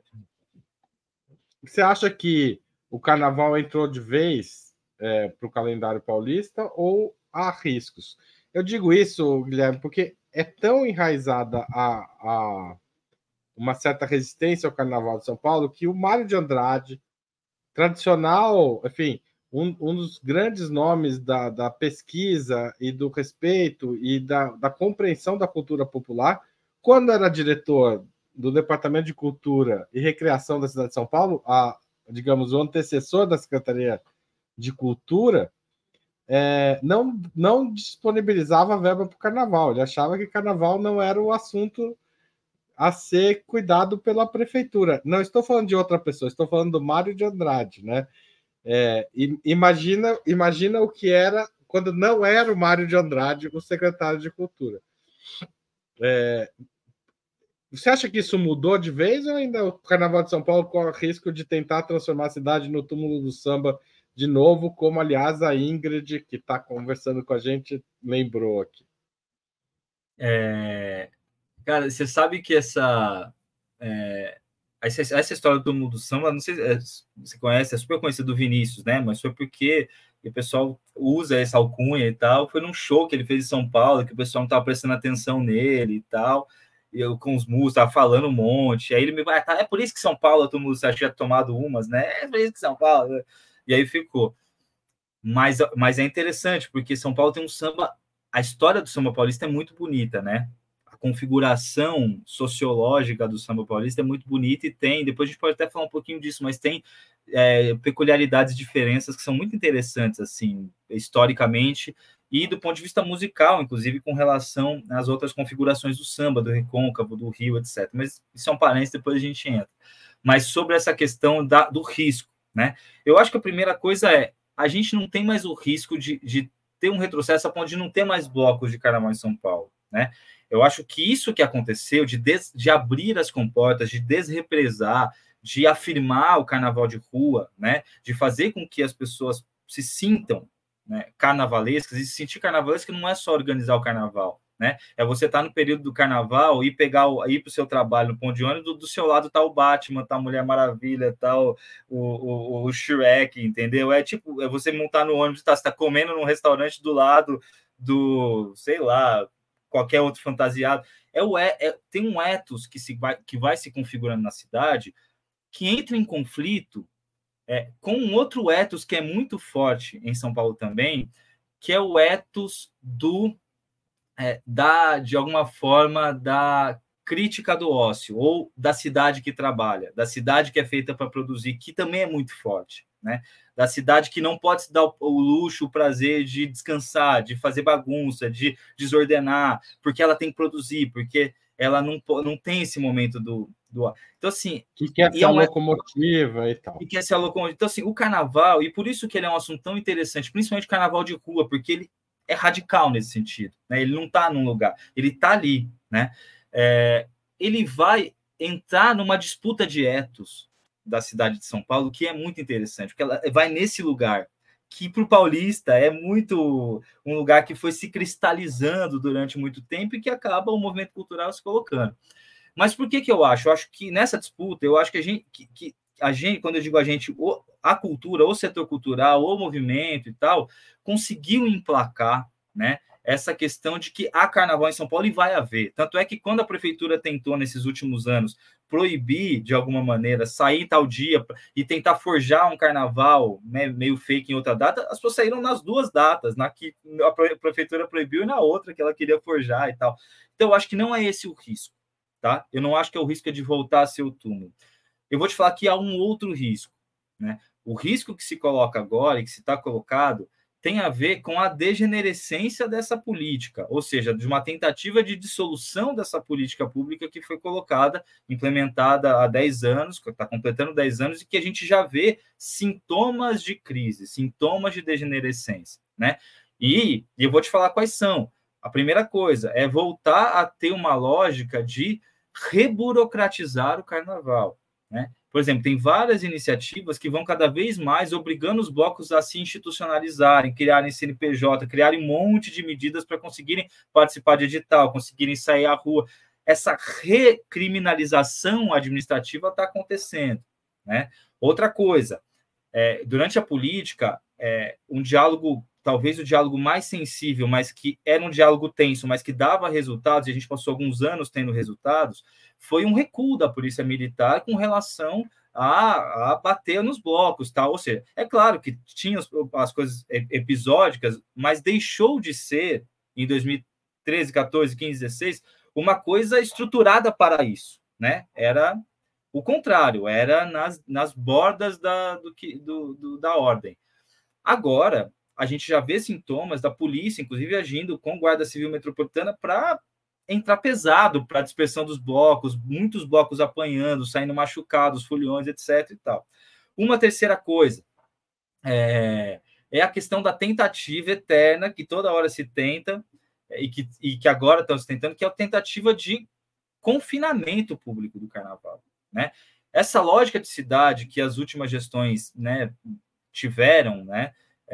Você acha que o carnaval entrou de vez é, para o calendário paulista ou há riscos? Eu digo isso, Guilherme, porque é tão enraizada a, a uma certa resistência ao Carnaval de São Paulo, que o Mário de Andrade, tradicional, enfim, um, um dos grandes nomes da, da pesquisa e do respeito e da, da compreensão da cultura popular, quando era diretor do Departamento de Cultura e Recreação da cidade de São Paulo, a, digamos, o antecessor da Secretaria de Cultura, é, não, não disponibilizava verba para o Carnaval. Ele achava que Carnaval não era o assunto a ser cuidado pela prefeitura. Não estou falando de outra pessoa, estou falando do Mário de Andrade, né? É, imagina, imagina o que era quando não era o Mário de Andrade o secretário de Cultura. É, você acha que isso mudou de vez ou ainda o Carnaval de São Paulo corre o risco de tentar transformar a cidade no túmulo do samba de novo, como, aliás, a Ingrid, que está conversando com a gente, lembrou aqui? É... Cara, você sabe que essa, é... essa, essa história do túmulo do samba, não sei se você conhece, é super conhecida do Vinícius, né? Mas foi porque o pessoal usa essa alcunha e tal. Foi num show que ele fez em São Paulo, que o pessoal não estava prestando atenção nele e tal. Eu com os músicos, tava falando um monte. Aí ele me vai, ah, tá, é por isso que São Paulo, todo mundo já tinha tomado umas, né? É por isso que São Paulo. Né? E aí ficou. Mas, mas é interessante, porque São Paulo tem um samba. A história do samba paulista é muito bonita, né? A configuração sociológica do samba paulista é muito bonita e tem. Depois a gente pode até falar um pouquinho disso, mas tem é, peculiaridades e diferenças que são muito interessantes, assim, historicamente e do ponto de vista musical, inclusive com relação às outras configurações do samba, do recôncavo, do Rio, etcétera. Mas isso é um parênteses, depois a gente entra. Mas sobre essa questão da, do risco, né? Eu acho que a primeira coisa é a gente não tem mais o risco de, de ter um retrocesso a ponto de não ter mais blocos de carnaval em São Paulo, né? Eu acho que isso que aconteceu, de, des, de abrir as comportas, de desrepresar, de afirmar o carnaval de rua, né? De fazer com que as pessoas se sintam, né, carnavalescas, e se sentir carnavalesca não é só organizar o carnaval, né? É você estar tá no período do carnaval e pegar o, ir para o seu trabalho no ponto de ônibus, do, do seu lado tá o Batman, tá a Mulher Maravilha, tá o, o, o Shrek, entendeu? É tipo, é você montar no ônibus, tá, você tá comendo num restaurante do lado do, sei lá, qualquer outro fantasiado. É o, é, é, tem um ethos que, se vai, que vai se configurando na cidade que entra em conflito é, com um outro ethos que é muito forte em São Paulo também, que é o ethos do É, da, de alguma forma, da crítica do ócio, ou da cidade que trabalha, da cidade que é feita para produzir, que também é muito forte, né? Da cidade que não pode se dar o, o luxo, o prazer de descansar, de fazer bagunça, de desordenar, porque ela tem que produzir, porque ela não, não tem esse momento do... do... Então, assim... Que quer ser é a um... locomotiva e tal. E quer ser a locomotiva. Então, assim, o carnaval, e por isso que ele é um assunto tão interessante, principalmente o carnaval de rua, porque ele é radical nesse sentido, né? Ele não está num lugar, ele está ali, né? É, ele vai entrar numa disputa de ethos da cidade de São Paulo, que é muito interessante, porque ela vai nesse lugar, que para o paulista é muito um lugar que foi se cristalizando durante muito tempo e que acaba o movimento cultural se colocando. Mas por que que eu acho? Eu acho que nessa disputa, eu acho que a gente, que, que a gente, quando eu digo a gente, a cultura, o setor cultural, o movimento e tal, conseguiu emplacar, né, essa questão de que há carnaval em São Paulo e vai haver. Tanto é que quando a prefeitura tentou, nesses últimos anos, proibir, de alguma maneira, sair tal dia e tentar forjar um carnaval, né, meio fake em outra data, as pessoas saíram nas duas datas, na que a prefeitura proibiu e na outra que ela queria forjar e tal. Então, eu acho que não é esse o risco. Tá? Eu não acho que é o risco de voltar a ser o túmulo. Eu vou te falar que há um outro risco, né? O risco que se coloca agora e que se está colocado tem a ver com a degenerescência dessa política, ou seja, de uma tentativa de dissolução dessa política pública que foi colocada, implementada há dez anos, está completando dez anos, e que a gente já vê sintomas de crise, sintomas de degenerescência, né? E, e eu vou te falar quais são. A primeira coisa é voltar a ter uma lógica de reburocratizar o carnaval, né? Por exemplo, tem várias iniciativas que vão cada vez mais obrigando os blocos a se institucionalizarem, criarem C N P J, criarem um monte de medidas para conseguirem participar de edital, conseguirem sair à rua. Essa recriminalização administrativa está acontecendo, né? Outra coisa, é, durante a política, é, um diálogo, talvez o diálogo mais sensível, mas que era um diálogo tenso, mas que dava resultados, e a gente passou alguns anos tendo resultados, foi um recuo da polícia militar com relação a, a bater nos blocos, tá? Ou seja, é claro que tinha as, as coisas episódicas, mas deixou de ser, em dois mil e treze, quatorze, quinze, dezesseis, uma coisa estruturada para isso, né? Era o contrário, era nas, nas bordas da, do, do, do, da ordem. Agora, a gente já vê sintomas da polícia, inclusive agindo com Guarda Civil Metropolitana para entrar pesado para a dispersão dos blocos, muitos blocos apanhando, saindo machucados, foliões, etc. E tal. Uma terceira coisa, é, é a questão da tentativa eterna, que toda hora se tenta, e que, e que agora estão se tentando, que é a tentativa de confinamento público do carnaval, né? Essa lógica de cidade que as últimas gestões, né, tiveram, né,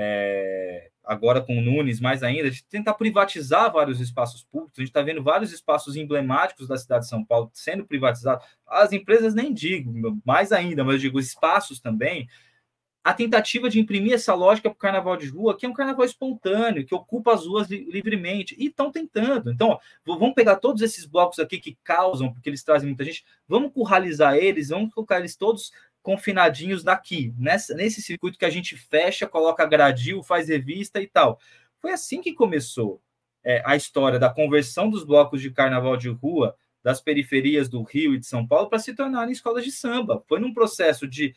é, agora com o Nunes mais ainda, de tentar privatizar vários espaços públicos. A gente está vendo vários espaços emblemáticos da cidade de São Paulo sendo privatizados. As empresas nem digo, mais ainda, mas eu digo espaços também. A tentativa de imprimir essa lógica para o carnaval de rua, que é um carnaval espontâneo, que ocupa as ruas li livremente, e estão tentando. Então, ó, vamos pegar todos esses blocos aqui que causam, porque eles trazem muita gente, vamos curralizar eles, vamos colocar eles todos confinadinhos daqui, nessa, nesse circuito que a gente fecha, coloca gradil, faz revista e tal. Foi assim que começou é, a história da conversão dos blocos de carnaval de rua das periferias do Rio e de São Paulo para se tornarem escolas de samba. Foi num processo de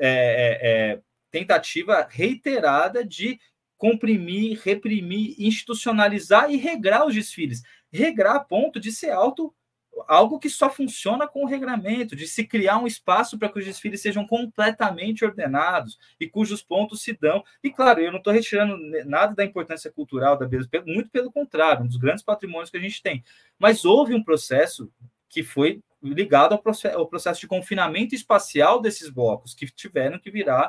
é, é, tentativa reiterada de comprimir, reprimir, institucionalizar e regrar os desfiles. Regrar a ponto de ser alto, algo que só funciona com o regramento, de se criar um espaço para que os desfiles sejam completamente ordenados e cujos pontos se dão. E, claro, eu não estou retirando nada da importância cultural da beleza, muito pelo contrário, um dos grandes patrimônios que a gente tem. Mas houve um processo que foi ligado ao processo, ao processo de confinamento espacial desses blocos, que tiveram que virar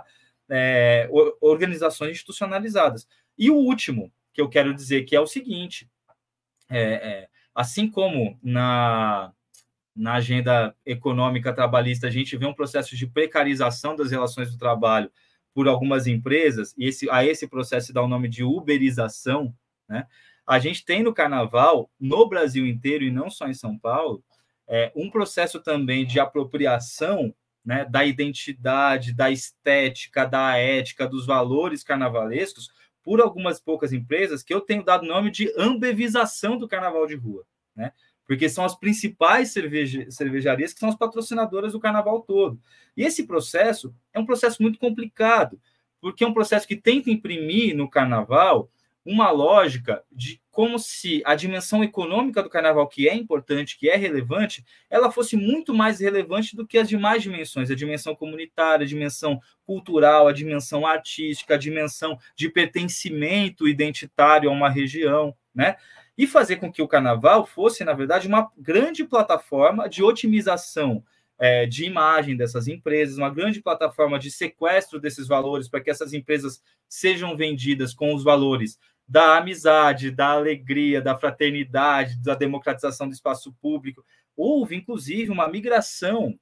É, organizações institucionalizadas. E o último que eu quero dizer que é o seguinte, é, é, assim como na, na agenda econômica trabalhista a gente vê um processo de precarização das relações do trabalho por algumas empresas, e esse, a esse processo dá o nome de uberização, né? A gente tem no carnaval, no Brasil inteiro e não só em São Paulo, é, um processo também de apropriação, né, da identidade, da estética, da ética, dos valores carnavalescos, por algumas poucas empresas, que eu tenho dado o nome de ambevização do carnaval de rua, né? Porque são as principais cerveja, cervejarias que são as patrocinadoras do carnaval todo. E esse processo é um processo muito complicado, porque é um processo que tenta imprimir no carnaval uma lógica de como se a dimensão econômica do carnaval, que é importante, que é relevante, ela fosse muito mais relevante do que as demais dimensões, a dimensão comunitária, a dimensão cultural, a dimensão artística, a dimensão de pertencimento identitário a uma região, né? E fazer com que o carnaval fosse, na verdade, uma grande plataforma de otimização é, de imagem dessas empresas, uma grande plataforma de sequestro desses valores para que essas empresas sejam vendidas com os valores da amizade, da alegria, da fraternidade, da democratização do espaço público. Houve, inclusive, uma migração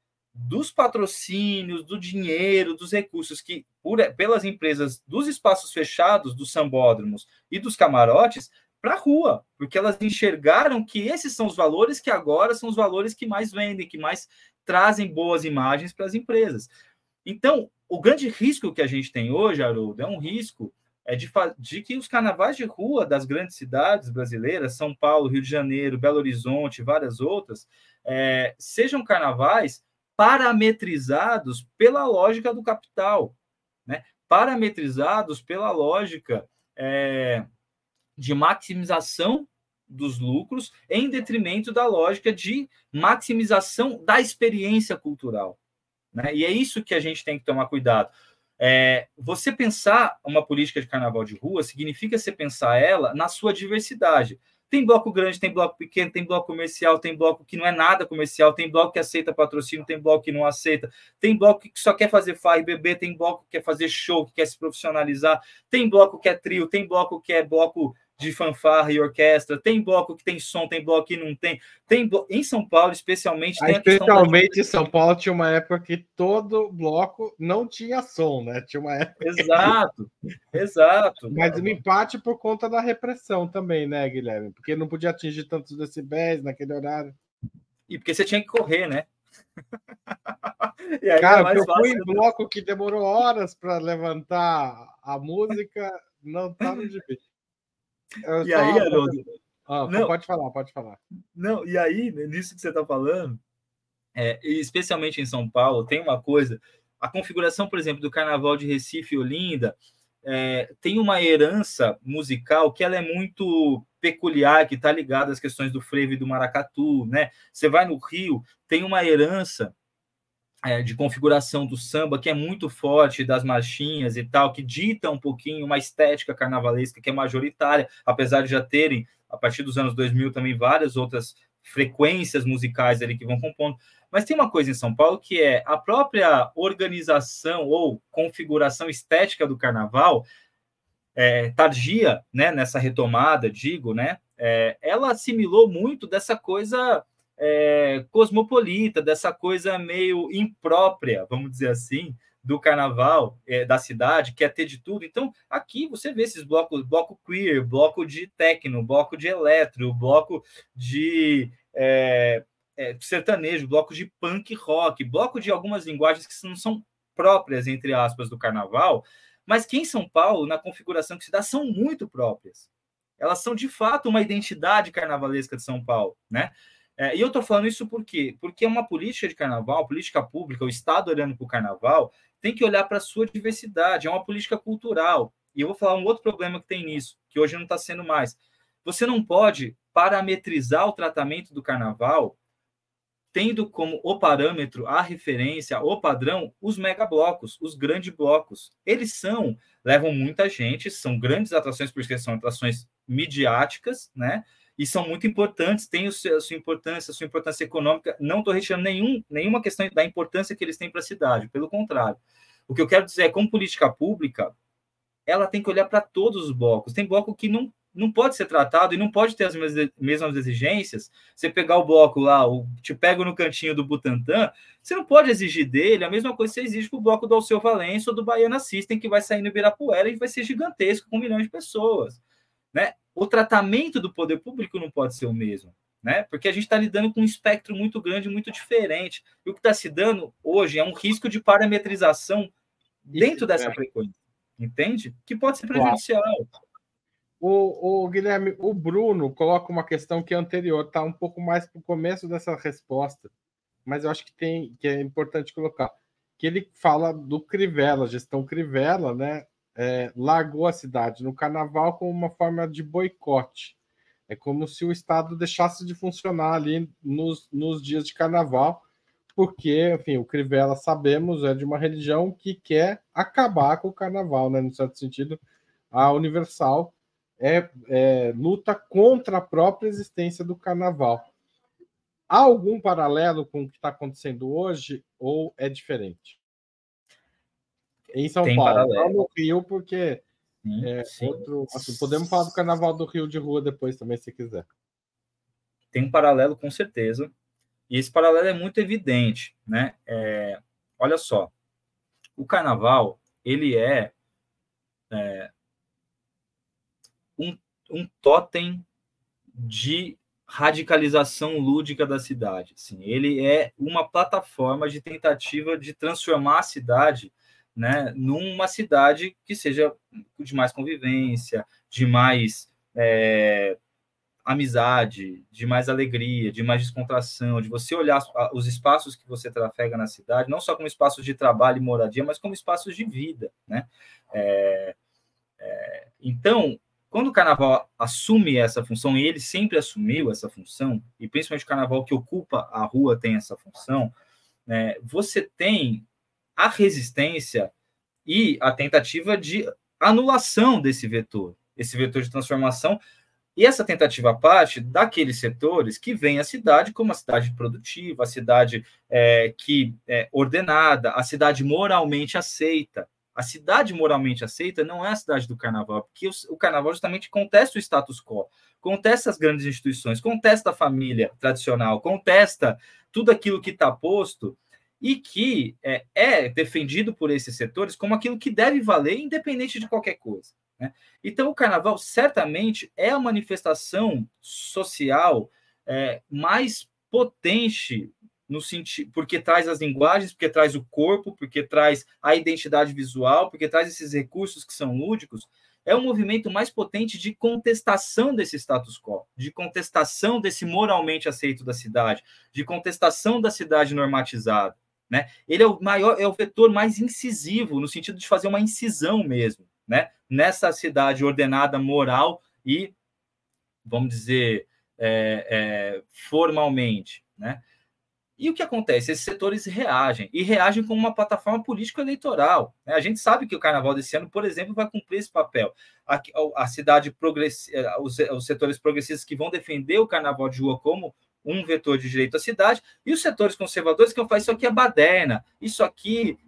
dos patrocínios, do dinheiro, dos recursos que, por, pelas empresas dos espaços fechados, dos sambódromos e dos camarotes, para a rua, porque elas enxergaram que esses são os valores que agora são os valores que mais vendem, que mais trazem boas imagens para as empresas. Então, o grande risco que a gente tem hoje, Haroldo, é um risco é de, de que os carnavais de rua das grandes cidades brasileiras, São Paulo, Rio de Janeiro, Belo Horizonte, várias outras, é, sejam carnavais parametrizados pela lógica do capital, né? Parametrizados pela lógica é, de maximização dos lucros em detrimento da lógica de maximização da experiência cultural, né? E é isso que a gente tem que tomar cuidado. É, você pensar uma política de carnaval de rua significa você pensar ela na sua diversidade. Tem bloco grande, tem bloco pequeno, tem bloco comercial, tem bloco que não é nada comercial, tem bloco que aceita patrocínio, tem bloco que não aceita, tem bloco que só quer fazer farra e beber, tem bloco que quer fazer show, que quer se profissionalizar, tem bloco que é trio, tem bloco que é bloco de fanfarra e orquestra, tem bloco que tem som, tem bloco que não tem. Tem blo... Em São Paulo, especialmente, tem a questão Especialmente da... em São Paulo tinha uma época que todo bloco não tinha som, né? Tinha uma época. Exato, exato. Mas um empate por conta da repressão também, né, Guilherme? Porque não podia atingir tantos decibéis naquele horário. E porque você tinha que correr, né? E aí Cara, é mais eu fui em bloco que demorou horas para levantar a música, não tá no gibi. Eu e só... aí, Haroldo... Ah, não, pode falar, pode falar. Não, e aí, nisso que você está falando, é, especialmente em São Paulo, tem uma coisa, a configuração, por exemplo, do Carnaval de Recife e Olinda, é, tem uma herança musical que ela é muito peculiar, que está ligada às questões do frevo e do maracatu, né? Você vai no Rio, tem uma herança é, de configuração do samba, que é muito forte, das marchinhas e tal, que dita um pouquinho uma estética carnavalesca que é majoritária, apesar de já terem, a partir dos anos dois mil, também várias outras frequências musicais ali que vão compondo. Mas tem uma coisa em São Paulo que é a própria organização ou configuração estética do carnaval, é, tardia, né, nessa retomada, digo, né, é, ela assimilou muito dessa coisa é, cosmopolita, dessa coisa meio imprópria, vamos dizer assim, do carnaval é, da cidade, que é ter de tudo. Então, aqui você vê esses blocos, bloco queer, bloco de techno, bloco de eletro, bloco de é, é, sertanejo, bloco de punk rock, bloco de algumas linguagens que não são próprias, entre aspas, do carnaval, mas que em São Paulo, na configuração que se dá, são muito próprias. Elas são, de fato, uma identidade carnavalesca de São Paulo, né? É, e eu estou falando isso por quê? Porque é uma política de carnaval, política pública, o Estado olhando para o carnaval, tem que olhar para a sua diversidade, é uma política cultural. E eu vou falar um outro problema que tem nisso, que hoje não está sendo mais. Você não pode parametrizar o tratamento do carnaval tendo como o parâmetro, a referência, o padrão, os megablocos, os grandes blocos. Eles são, levam muita gente, são grandes atrações, porque são atrações midiáticas, né? E são muito importantes, têm a sua importância, a sua importância econômica. Não estou retirando nenhum, nenhuma questão da importância que eles têm para a cidade, pelo contrário. O que eu quero dizer é, como política pública, ela tem que olhar para todos os blocos. Tem bloco que não não pode ser tratado e não pode ter as mesmas exigências. Você pegar o bloco lá, o, te pego no cantinho do Butantã, você não pode exigir dele a mesma coisa que você exige para o bloco do Alceu Valença ou do Baiana System, que vai sair no Ibirapuera e vai ser gigantesco, com um milhão de pessoas. Né? O tratamento do poder público não pode ser o mesmo, né? Porque a gente está lidando com um espectro muito grande, muito diferente. E o que está se dando hoje é um risco de parametrização dentro Isso, dessa é. frequência, entende? Que pode ser prejudicial. Claro. O, o Guilherme, o Bruno coloca uma questão que é anterior, está um pouco mais para o começo dessa resposta, mas eu acho que, tem, que é importante colocar, que ele fala do Crivella, a gestão Crivella, né, é, largou a cidade no carnaval como uma forma de boicote. É como se o Estado deixasse de funcionar ali nos, nos dias de carnaval, porque, enfim, o Crivella, sabemos, é de uma religião que quer acabar com o carnaval, né, no certo sentido, a Universal É, é, luta contra a própria existência do carnaval. Há algum paralelo com o que está acontecendo hoje ou é diferente? Em São Tem Paulo, paralelo. não no Rio, porque sim, é sim. outro. Assim, podemos falar do Carnaval do Rio de Rua depois também, se quiser. Tem um paralelo, com certeza. E esse paralelo é muito evidente, né? É, olha só, o Carnaval ele é, é um, um totem de radicalização lúdica da cidade. Assim, ele é uma plataforma de tentativa de transformar a cidade, né, numa cidade que seja de mais convivência, de mais é, amizade, de mais alegria, de mais descontração, de você olhar os espaços que você trafega na cidade, não só como espaços de trabalho e moradia, mas como espaços de vida, né? É, é, então, quando o carnaval assume essa função, e ele sempre assumiu essa função, e principalmente o carnaval que ocupa a rua tem essa função, né, você tem a resistência e a tentativa de anulação desse vetor, esse vetor de transformação, e essa tentativa parte daqueles setores que veem a cidade como a cidade produtiva, a cidade é, que é ordenada, a cidade moralmente aceita. A cidade moralmente aceita não é a cidade do carnaval, porque o, o carnaval justamente contesta o status quo, contesta as grandes instituições, contesta a família tradicional, contesta tudo aquilo que está posto e que é, é defendido por esses setores como aquilo que deve valer, independente de qualquer coisa. Né? Então, o carnaval certamente é a manifestação social é, mais potente no sentido, porque traz as linguagens, porque traz o corpo, porque traz a identidade visual, porque traz esses recursos que são lúdicos. É um movimento mais potente de contestação desse status quo, de contestação desse moralmente aceito da cidade, de contestação da cidade normatizada. Né? Ele é o maior, é o vetor mais incisivo, no sentido de fazer uma incisão mesmo, né? Nessa cidade ordenada, moral e, vamos dizer, é, é, formalmente, né? E o que acontece? Esses setores reagem, e reagem como uma plataforma político-eleitoral. Né? A gente sabe que o Carnaval desse ano, por exemplo, vai cumprir esse papel. A, a cidade progressista, os, os setores progressistas que vão defender o Carnaval de rua como um vetor de direito à cidade, e os setores conservadores que vão falar isso aqui é baderna, isso aqui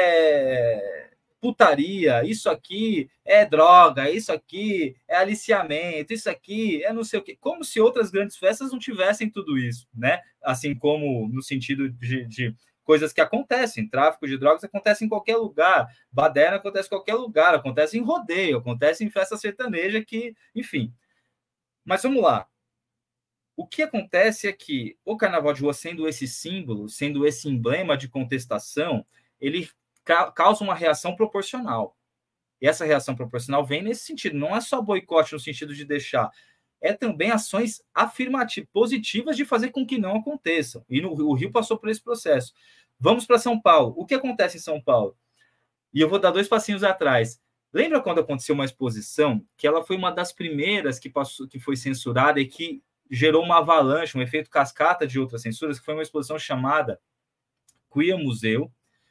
é putaria, isso aqui é droga, isso aqui é aliciamento, isso aqui é não sei o quê, como se outras grandes festas não tivessem tudo isso, né? Assim como no sentido de, de coisas que acontecem, tráfico de drogas acontece em qualquer lugar, baderna acontece em qualquer lugar, acontece em rodeio, acontece em festa sertaneja, que, enfim. Mas vamos lá. O que acontece é que o Carnaval de Rua, sendo esse símbolo, sendo esse emblema de contestação, ele causa uma reação proporcional. E essa reação proporcional vem nesse sentido. Não é só boicote no sentido de deixar, é também ações afirmativas, positivas de fazer com que não aconteçam. E no, o Rio passou por esse processo. Vamos para São Paulo. O que acontece em São Paulo? E eu vou dar dois passinhos atrás. Lembra quando aconteceu uma exposição que ela foi uma das primeiras que, passou, que foi censurada e que gerou uma avalanche, um efeito cascata de outras censuras, que foi uma exposição chamada Queer Museu,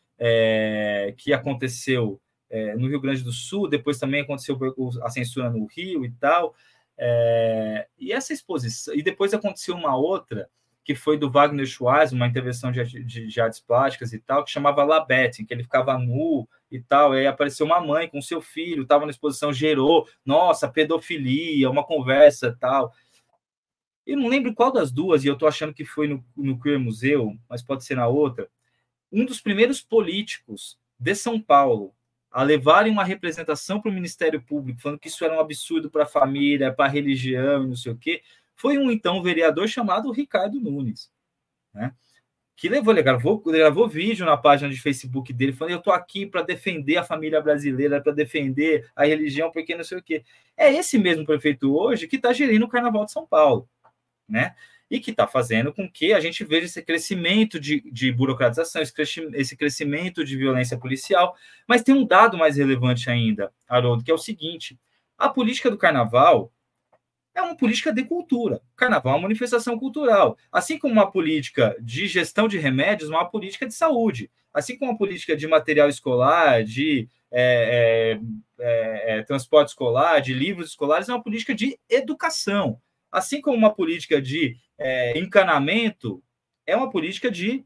É, que aconteceu é, no Rio Grande do Sul, depois também aconteceu a censura no Rio e tal, é, e essa exposição, e depois aconteceu uma outra, que foi do Wagner Schwarz, uma intervenção de, de, de artes plásticas e tal, que chamava Labette, que ele ficava nu e tal, e aí apareceu uma mãe com seu filho, estava na exposição, gerou, nossa, pedofilia, uma conversa e tal. Eu não lembro qual das duas, e eu estou achando que foi no, no Queer Museu, mas pode ser na outra. Um dos primeiros políticos de São Paulo a levarem uma representação para o Ministério Público, falando que isso era um absurdo para a família, para a religião e não sei o quê, foi um, então, vereador chamado Ricardo Nunes, né? Que levou, ele gravou, ele gravou vídeo na página de Facebook dele, falando, eu estou aqui para defender a família brasileira, para defender a religião, porque não sei o quê. É esse mesmo prefeito hoje que está gerindo o Carnaval de São Paulo, né? E que está fazendo com que a gente veja esse crescimento de, de burocratização, esse, cresci, esse crescimento de violência policial. Mas tem um dado mais relevante ainda, Haroldo, que é o seguinte: a política do Carnaval é uma política de cultura. O Carnaval é uma manifestação cultural. Assim como uma política de gestão de remédios, uma política de saúde. Assim como uma política de material escolar, de é, é, é, transporte escolar, de livros escolares, é uma política de educação. Assim como uma política de é, encanamento, é uma política de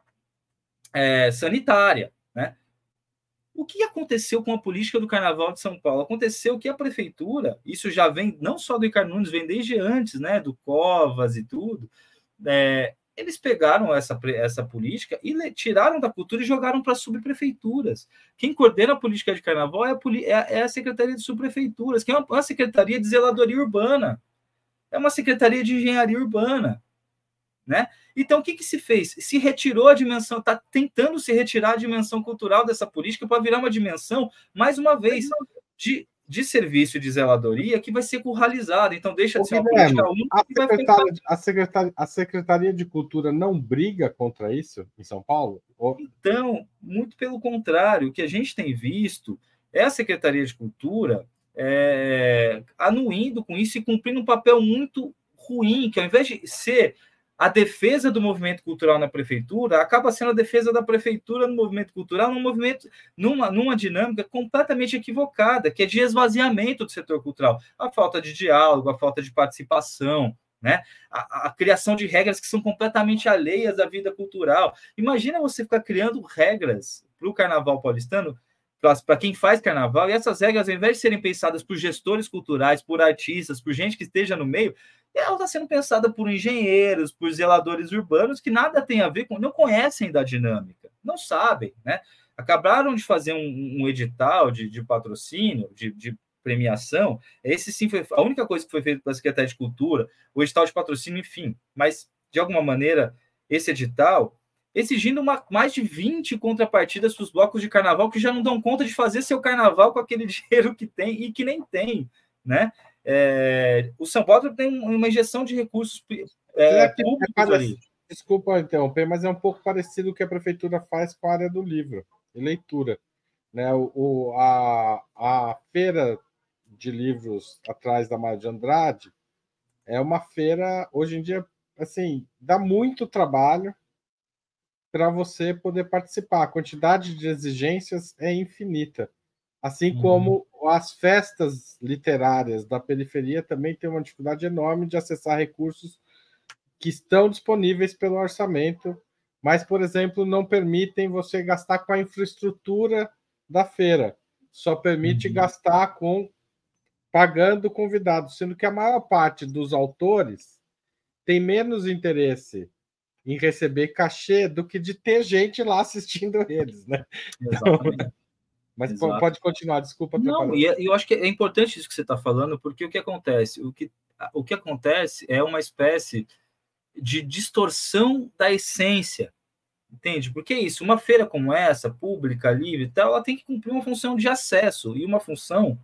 é, sanitária, né? O que aconteceu com a política do Carnaval de São Paulo? Aconteceu que a prefeitura, isso já vem não só do Ricardo Nunes, vem desde antes, né, do Covas e tudo, é, eles pegaram essa, essa política e tiraram da cultura e jogaram para subprefeituras. Quem coordena a política de Carnaval é a, é a, é a Secretaria de Subprefeituras, que é uma, uma secretaria de zeladoria urbana. É uma secretaria de engenharia urbana, né? Então, o que, que se fez? Se retirou a dimensão, está tentando se retirar a dimensão cultural dessa política para virar uma dimensão, mais uma vez, de, de serviço de zeladoria que vai ser curralizada. Então, deixa de ser uma política única. A secretaria, a, secretaria, a Secretaria de Cultura não briga contra isso em São Paulo? Ou... Então, muito pelo contrário, o que a gente tem visto é a Secretaria de Cultura é, anuindo com isso e cumprindo um papel muito ruim, que ao invés de ser a defesa do movimento cultural na prefeitura, acaba sendo a defesa da prefeitura no movimento cultural, num movimento, numa, numa dinâmica completamente equivocada, que é de esvaziamento do setor cultural. A falta de diálogo, a falta de participação, né? A, a criação de regras que são completamente alheias à vida cultural. Imagina você ficar criando regras para o carnaval paulistano, para quem faz carnaval, e essas regras, ao invés de serem pensadas por gestores culturais, por artistas, por gente que esteja no meio, ela está sendo pensada por engenheiros, por zeladores urbanos, que nada tem a ver com, não conhecem da dinâmica, não sabem, né? Acabaram de fazer um, um edital de, de patrocínio, de, de premiação, esse sim foi a única coisa que foi feita pela Secretaria de Cultura, o edital de patrocínio, enfim, mas, de alguma maneira, esse edital exigindo uma, mais de vinte contrapartidas para os blocos de carnaval que já não dão conta de fazer seu carnaval com aquele dinheiro que tem e que nem tem, né? É, o São Paulo tem uma injeção de recursos é, públicos é parecido, ali. Desculpa interromper, mas é um pouco parecido com o que a prefeitura faz com a área do livro e leitura, né? O, o, a, a feira de livros atrás da Mário de Andrade é uma feira, hoje em dia, assim, dá muito trabalho, para você poder participar. A quantidade de exigências é infinita. Assim como uhum. as festas literárias da periferia também têm uma dificuldade enorme de acessar recursos que estão disponíveis pelo orçamento, mas, por exemplo, não permitem você gastar com a infraestrutura da feira. Só permite uhum. gastar com pagando convidados, sendo que a maior parte dos autores tem menos interesse em receber cachê do que de ter gente lá assistindo eles, né? Exatamente. Então, mas Exato. Pode continuar, desculpa. Não, e eu acho que é importante isso que você está falando, porque o que acontece? O que, o que acontece é uma espécie de distorção da essência, entende? Porque é isso, uma feira como essa, pública, livre e tal, ela tem que cumprir uma função de acesso e uma função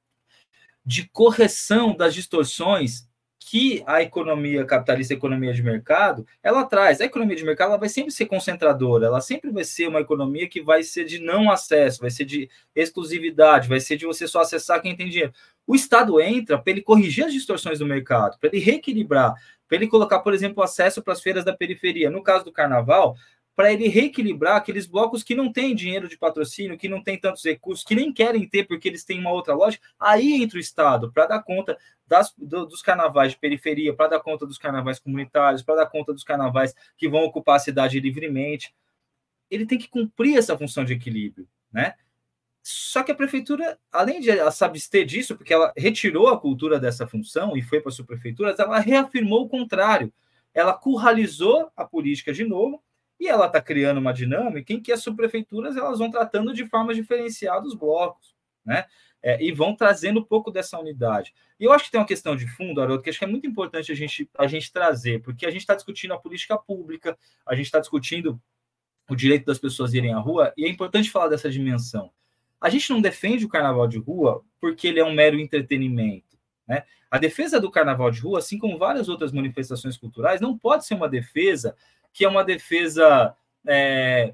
de correção das distorções que a economia capitalista, a economia de mercado, ela traz. A economia de mercado ela vai sempre ser concentradora, ela sempre vai ser uma economia que vai ser de não acesso, vai ser de exclusividade, vai ser de você só acessar quem tem dinheiro. O Estado entra para ele corrigir as distorções do mercado, para ele reequilibrar, para ele colocar, por exemplo, acesso para as feiras da periferia. No caso do carnaval, para ele reequilibrar aqueles blocos que não têm dinheiro de patrocínio, que não têm tantos recursos, que nem querem ter porque eles têm uma outra loja. Aí entra o Estado para dar conta das, do, dos carnavais de periferia, para dar conta dos carnavais comunitários, para dar conta dos carnavais que vão ocupar a cidade livremente. Ele tem que cumprir essa função de equilíbrio, né? Só que a prefeitura, além de se abster disso, porque ela retirou a cultura dessa função e foi para as subprefeituras, ela reafirmou o contrário. Ela curralizou a política de novo e ela está criando uma dinâmica em que as subprefeituras elas vão tratando de formas diferenciadas os blocos, né? É, e vão trazendo um pouco dessa unidade. E eu acho que tem uma questão de fundo, Haroldo, que acho que é muito importante a gente, a gente trazer, porque a gente está discutindo a política pública, a gente está discutindo o direito das pessoas irem à rua, e é importante falar dessa dimensão. A gente não defende o carnaval de rua porque ele é um mero entretenimento, né? A defesa do carnaval de rua, assim como várias outras manifestações culturais, não pode ser uma defesa que é uma defesa é,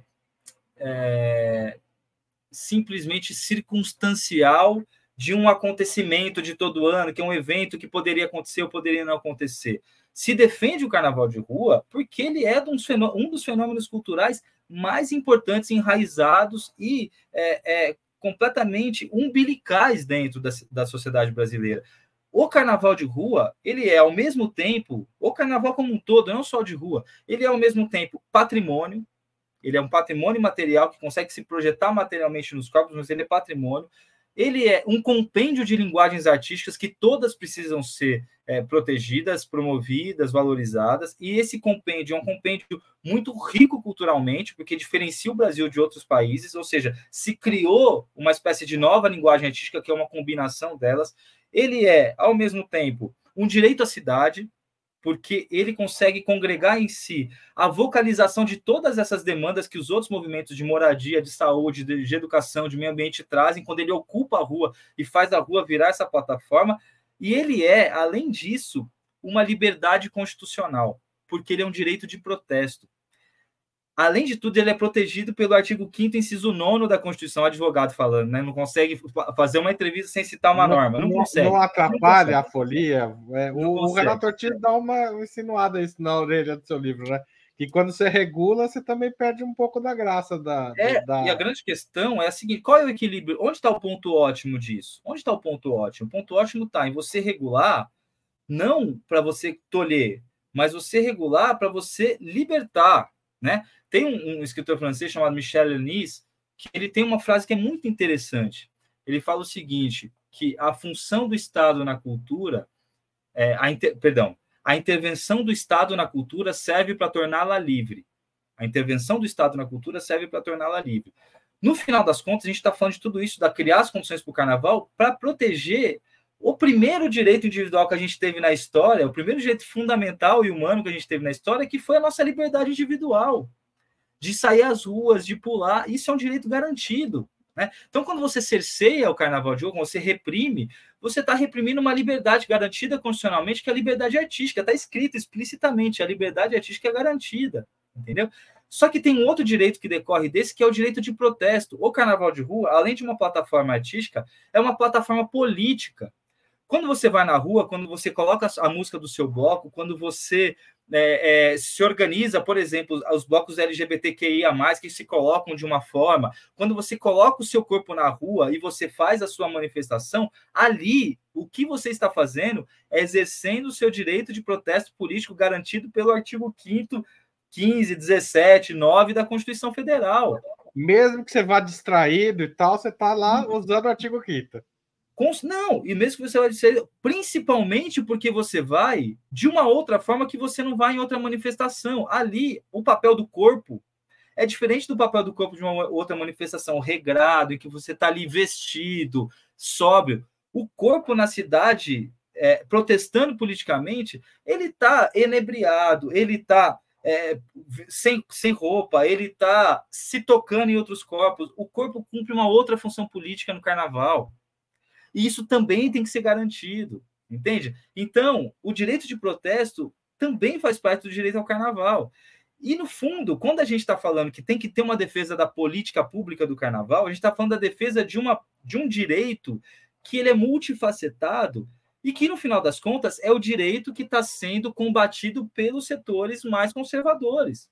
é, simplesmente circunstancial de um acontecimento de todo ano, que é um evento que poderia acontecer ou poderia não acontecer. Se defende o carnaval de rua porque ele é um dos fenômenos culturais mais importantes, enraizados e é, é, completamente umbilicais dentro da, da sociedade brasileira. O carnaval de rua, ele é ao mesmo tempo, o carnaval como um todo, não só de rua, ele é ao mesmo tempo patrimônio, ele é um patrimônio material que consegue se projetar materialmente nos corpos, mas ele é patrimônio. Ele é um compêndio de linguagens artísticas que todas precisam ser é, protegidas, promovidas, valorizadas, e esse compêndio é um compêndio muito rico culturalmente, porque diferencia o Brasil de outros países, ou seja, se criou uma espécie de nova linguagem artística, que é uma combinação delas. Ele é, ao mesmo tempo, um direito à cidade, porque ele consegue congregar em si a vocalização de todas essas demandas que os outros movimentos de moradia, de saúde, de educação, de meio ambiente trazem, quando ele ocupa a rua e faz a rua virar essa plataforma. E ele é, além disso, uma liberdade constitucional, porque ele é um direito de protesto. Além de tudo, ele é protegido pelo artigo quinto, inciso nono da Constituição, advogado falando, né? Não consegue fazer uma entrevista sem citar uma não, norma, não, não consegue. Não atrapalha não consegue. A folia. É, o, o Renato Ortiz dá uma insinuada isso na orelha do seu livro, né? Que quando você regula, você também perde um pouco da graça da, é, da... E a grande questão é a seguinte, qual é o equilíbrio? Onde está o ponto ótimo disso? Onde está o ponto ótimo? O ponto ótimo está em você regular, não para você tolher, mas você regular para você libertar, né? Tem um, um escritor francês chamado Michel Lenis, que ele tem uma frase que é muito interessante. Ele fala o seguinte, que a função do Estado na cultura, é, a inter, perdão, a intervenção do Estado na cultura serve para torná-la livre. A intervenção do Estado na cultura serve para torná-la livre. No final das contas, a gente está falando de tudo isso, da criar as condições para o carnaval, para proteger o primeiro direito individual que a gente teve na história, o primeiro direito fundamental e humano que a gente teve na história, que foi a nossa liberdade individual, de sair às ruas, de pular. Isso é um direito garantido, né? Então, quando você cerceia o carnaval de rua, quando você reprime, você está reprimindo uma liberdade garantida constitucionalmente, que é a liberdade artística. Está escrito explicitamente, a liberdade artística é garantida, entendeu? Só que tem um outro direito que decorre desse, que é o direito de protesto. O carnaval de rua, além de uma plataforma artística, é uma plataforma política. Quando você vai na rua, quando você coloca a música do seu bloco, quando você é, é, se organiza, por exemplo, os blocos L G B T Q I A mais, que se colocam de uma forma. Quando você coloca o seu corpo na rua e você faz a sua manifestação, ali, o que você está fazendo é exercendo o seu direito de protesto político garantido pelo artigo quinto, quinze, dezessete, nove da Constituição Federal. Mesmo que você vá distraído e tal, você está lá usando o artigo quinto. Não, e mesmo que você vai dizer, principalmente porque você vai de uma outra forma que você não vai em outra manifestação. Ali, o papel do corpo é diferente do papel do corpo de uma outra manifestação, regrado, em que você está ali vestido, sóbrio. O corpo na cidade, é, protestando politicamente, ele está enebriado, ele está é, sem, sem roupa, ele está se tocando em outros corpos. O corpo cumpre uma outra função política no carnaval. E isso também tem que ser garantido, entende? Então, o direito de protesto também faz parte do direito ao carnaval. E, no fundo, quando a gente está falando que tem que ter uma defesa da política pública do carnaval, a gente está falando da defesa de, uma, de um direito que ele é multifacetado e que, no final das contas, é o direito que está sendo combatido pelos setores mais conservadores.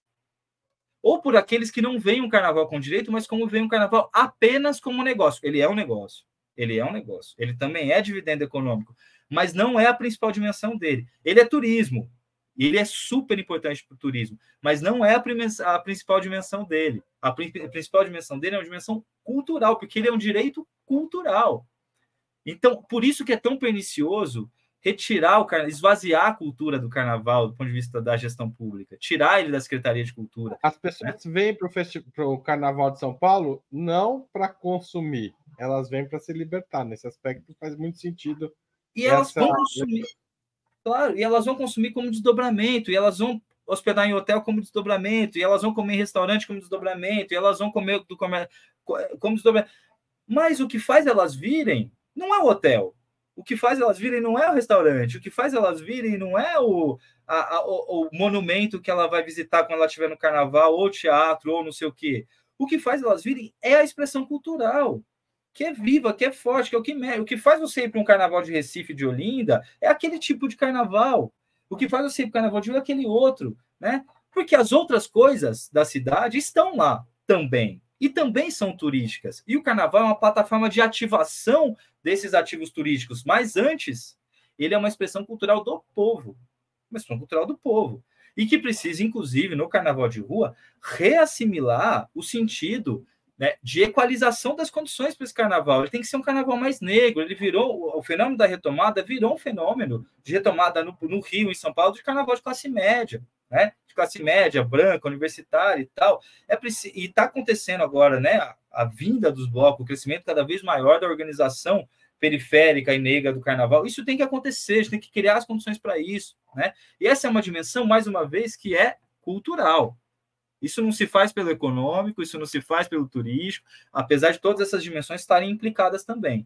Ou por aqueles que não veem o carnaval com direito, mas como veem o carnaval apenas como negócio. Ele é um negócio. Ele é um negócio. Ele também é dividendo econômico, mas não é a principal dimensão dele. Ele é turismo. Ele é super importante para o turismo, mas não é a, a principal dimensão dele. A, pri a principal dimensão dele é uma dimensão cultural, porque ele é um direito cultural. Então, por isso que é tão pernicioso retirar o carnaval, esvaziar a cultura do carnaval do ponto de vista da gestão pública, tirar ele da Secretaria de Cultura. As pessoas né? vêm para o Carnaval de São Paulo não para consumir, elas vêm para se libertar. Nesse aspecto faz muito sentido. E essa... elas vão consumir, claro, e elas vão consumir como desdobramento, e elas vão hospedar em hotel como desdobramento, e elas vão comer em restaurante como desdobramento, e elas vão comer do comer, como desdobramento. Mas o que faz elas virem não é o hotel. O que faz elas virem não é o restaurante. O que faz elas virem não é o, a, a, o, o monumento que ela vai visitar quando ela estiver no carnaval, ou teatro, ou não sei o quê. O que faz elas virem é a expressão cultural, que é viva, que é forte, que é o que o que faz você ir para um carnaval de Recife, de Olinda, é aquele tipo de carnaval. O que faz você ir para o carnaval de Rio é aquele outro, né? Porque as outras coisas da cidade estão lá também. E também são turísticas. E o carnaval é uma plataforma de ativação desses ativos turísticos. Mas antes, ele é uma expressão cultural do povo. Uma expressão cultural do povo. E que precisa, inclusive, no carnaval de rua, reassimilar o sentido, né, de equalização das condições para esse carnaval. Ele tem que ser um carnaval mais negro. Ele virou, o fenômeno da retomada virou um fenômeno de retomada no, no Rio, em São Paulo, de carnaval de classe média. Né, de classe média, branca, universitária e tal, é e está acontecendo agora, né, a, a vinda dos blocos, o crescimento cada vez maior da organização periférica e negra do carnaval. Isso tem que acontecer, a gente tem que criar as condições para isso, né? E essa é uma dimensão, mais uma vez, que é cultural. Isso não se faz pelo econômico, isso não se faz pelo turístico, apesar de todas essas dimensões estarem implicadas também.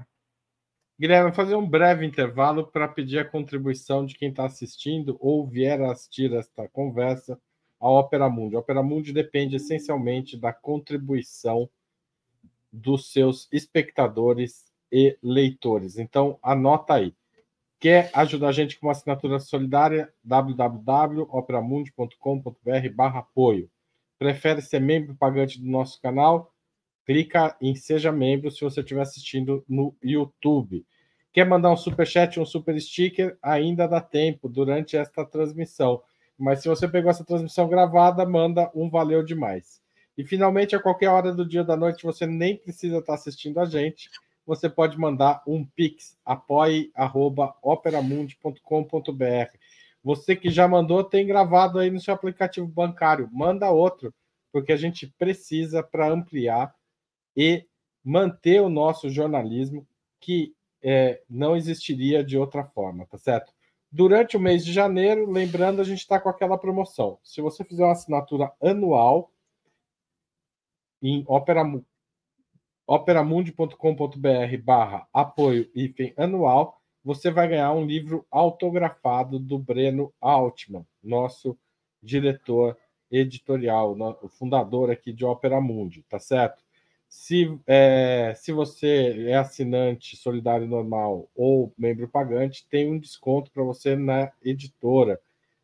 Guilherme, vou fazer um breve intervalo para pedir a contribuição de quem está assistindo ou vier a assistir esta conversa ao Opera Mundi. A Opera Mundi depende essencialmente da contribuição dos seus espectadores e leitores. Então, anota aí. Quer ajudar a gente com uma assinatura solidária? w w w ponto operamundi ponto com ponto b r barra apoio. Prefere ser membro pagante do nosso canal? Clica em Seja Membro se você estiver assistindo no YouTube. Quer mandar um superchat, um super sticker? Ainda dá tempo durante esta transmissão. Mas se você pegou essa transmissão gravada, manda um valeu demais. E finalmente, a qualquer hora do dia ou da noite, você nem precisa estar assistindo a gente. Você pode mandar um pix, apoie arroba operamundi ponto com ponto b r. Você que já mandou, tem gravado aí no seu aplicativo bancário. Manda outro, porque a gente precisa para ampliar e manter o nosso jornalismo, que é, não existiria de outra forma, tá certo? Durante o mês de janeiro, lembrando, a gente está com aquela promoção. Se você fizer uma assinatura anual em operamundi ponto com ponto b r barra apoio hífen anual, você vai ganhar um livro autografado do Breno Altman, nosso diretor editorial, o fundador aqui de Opera Mundi, tá certo? Se, é, se você é assinante solidário normal ou membro pagante, tem um desconto para você na editora.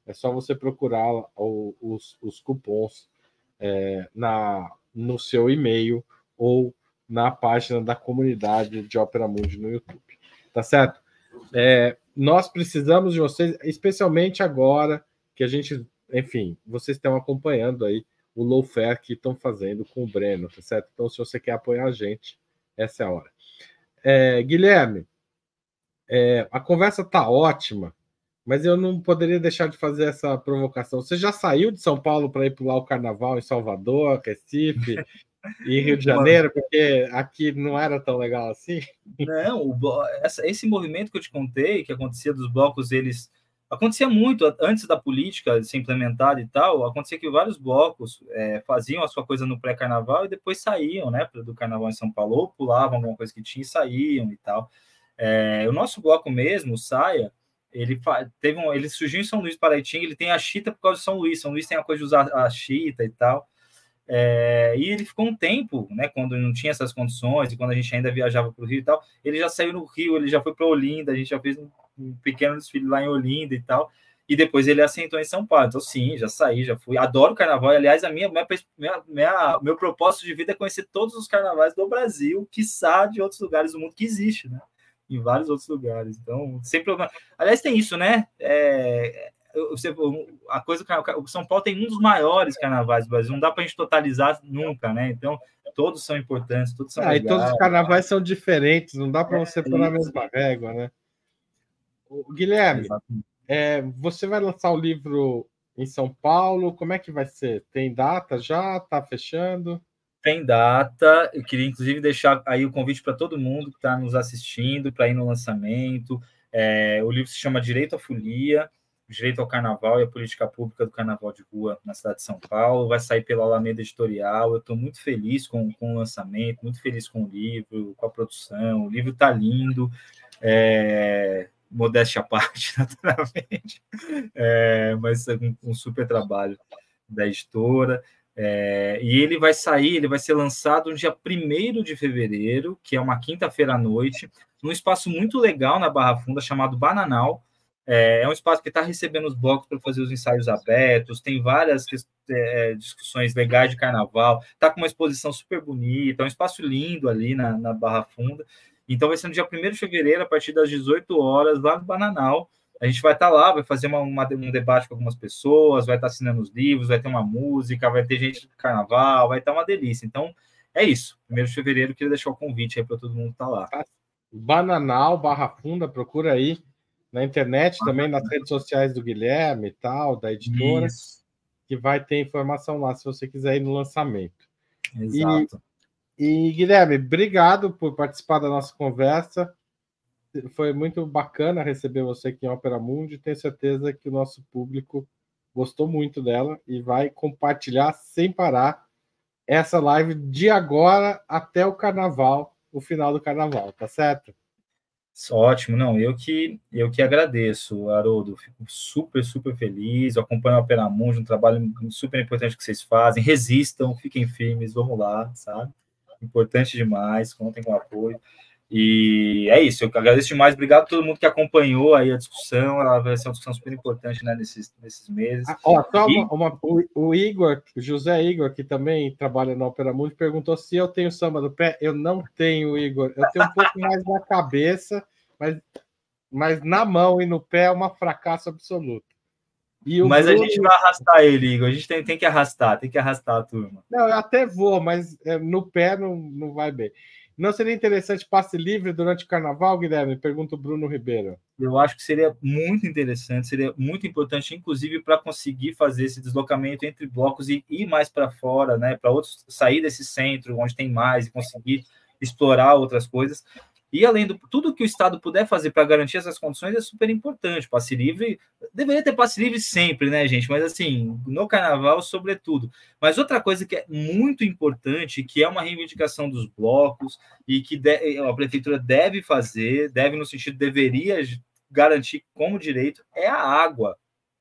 é só você procurar o, os, os cupons é, na, no seu e-mail ou na página da comunidade de Opera Mundi no YouTube. Tá certo? É, nós precisamos de vocês, especialmente agora que a gente, enfim, vocês estão acompanhando aí o lawfare que estão fazendo com o Breno, tá certo? Então, se você quer apoiar a gente, essa é a hora. É, Guilherme, é, a conversa tá ótima, mas eu não poderia deixar de fazer essa provocação. Você já saiu de São Paulo para ir pular o carnaval em Salvador, Recife e Rio de Janeiro, porque aqui não era tão legal assim? Não, o, essa, esse movimento que eu te contei, que acontecia dos blocos, eles... Acontecia muito antes da política ser implementada e tal, acontecia que vários blocos é, faziam a sua coisa no pré-carnaval e depois saíam, né, do carnaval em São Paulo, ou pulavam alguma coisa que tinha e saíam e tal. É, o nosso bloco mesmo, o Saia, ele, teve um, ele surgiu em São Luís, Paraitinga, ele tem a chita por causa de São Luís, São Luís tem a coisa de usar a chita e tal. É, e ele ficou um tempo, né, quando não tinha essas condições, e quando a gente ainda viajava para o Rio e tal, ele já saiu no Rio, ele já foi para Olinda, a gente já fez um, um pequeno desfile lá em Olinda e tal, e depois ele assentou em São Paulo. Então, sim, já saí, já fui. Adoro carnaval, e, aliás, a minha, minha, minha, minha, meu propósito de vida é conhecer todos os carnavais do Brasil, quiçá de outros lugares do mundo que existe, né? Em vários outros lugares. Então, sem problema. Aliás, tem isso, né? É... Você, a coisa, o São Paulo tem um dos maiores carnavais do Brasil, não dá para a gente totalizar nunca, né? Então, todos são importantes, todos são ah, legais. E todos os carnavais são diferentes, não dá para você é, pôr na mesma régua, né? O Guilherme, é, você vai lançar o livro em São Paulo, como é que vai ser? Tem data já? Está fechando? Tem data, eu queria inclusive deixar aí o convite para todo mundo que está nos assistindo para ir no lançamento. É, o livro se chama Direito à Folia, Direito ao Carnaval e a Política Pública do Carnaval de Rua na cidade de São Paulo. Vai sair pela Alameda Editorial. Eu estou muito feliz com, com o lançamento, muito feliz com o livro, com a produção. O livro está lindo, é, modéstia à parte, naturalmente, é, mas é um, um super trabalho da editora. É, e ele vai sair, ele vai ser lançado no dia primeiro de fevereiro, que é uma quinta-feira à noite, num espaço muito legal na Barra Funda, chamado Bananal. É, é um espaço que está recebendo os blocos para fazer os ensaios abertos, tem várias é, discussões legais de carnaval, está com uma exposição super bonita, é um espaço lindo ali na, na Barra Funda. Então vai ser no dia primeiro de fevereiro, a partir das dezoito horas, lá no Bananal. A gente vai estar lá, vai fazer uma, uma, um debate com algumas pessoas, vai estar assinando os livros, vai ter uma música, vai ter gente do carnaval, vai estar uma delícia. Então, é isso. primeiro de fevereiro, queria deixar o convite aí para todo mundo estar lá. Bananal, Barra Funda, procura aí na internet, também nas redes sociais do Guilherme e tal, da editora, isso, que vai ter informação lá, se você quiser ir no lançamento. Exato. E, e Guilherme, obrigado por participar da nossa conversa. Foi muito bacana receber você aqui em Opera Mundi. Tenho certeza que o nosso público gostou muito dela e vai compartilhar sem parar essa live de agora até o carnaval, o final do carnaval, tá certo? Ótimo, não, eu que, eu que agradeço, Haroldo, fico super, super feliz, eu acompanho a Opera Mundi, um trabalho super importante que vocês fazem, resistam, fiquem firmes, vamos lá, sabe? Importante demais, contem com o apoio. E é isso, eu agradeço demais, obrigado a todo mundo que acompanhou aí a discussão, ela vai ser uma discussão super importante, né, nesses, nesses meses. Ah, ó, só e... uma, uma, o, o Igor, o José Igor, que também trabalha na Opera Mundi, perguntou se eu tenho samba do pé. Eu não tenho, Igor, eu tenho um pouco mais na cabeça, mas, mas na mão e no pé é uma fracasso absoluto. E mas Bruno... a gente vai arrastar ele, Igor, a gente tem, tem que arrastar, tem que arrastar a turma. Não, eu até vou, mas é, no pé não, não vai bem. Não seria interessante passe livre durante o carnaval, Guilherme? Pergunta o Bruno Ribeiro. Eu acho que seria muito interessante, seria muito importante, inclusive, para conseguir fazer esse deslocamento entre blocos e ir mais para fora, né? Para outros sair desse centro onde tem mais e conseguir explorar outras coisas. E além do tudo que o Estado puder fazer para garantir essas condições é super importante. Passe livre, deveria ter passe livre sempre, né, gente? Mas assim, no carnaval, sobretudo. Mas outra coisa que é muito importante, que é uma reivindicação dos blocos e que de, a prefeitura deve fazer, deve no sentido, deveria garantir como direito, é a água.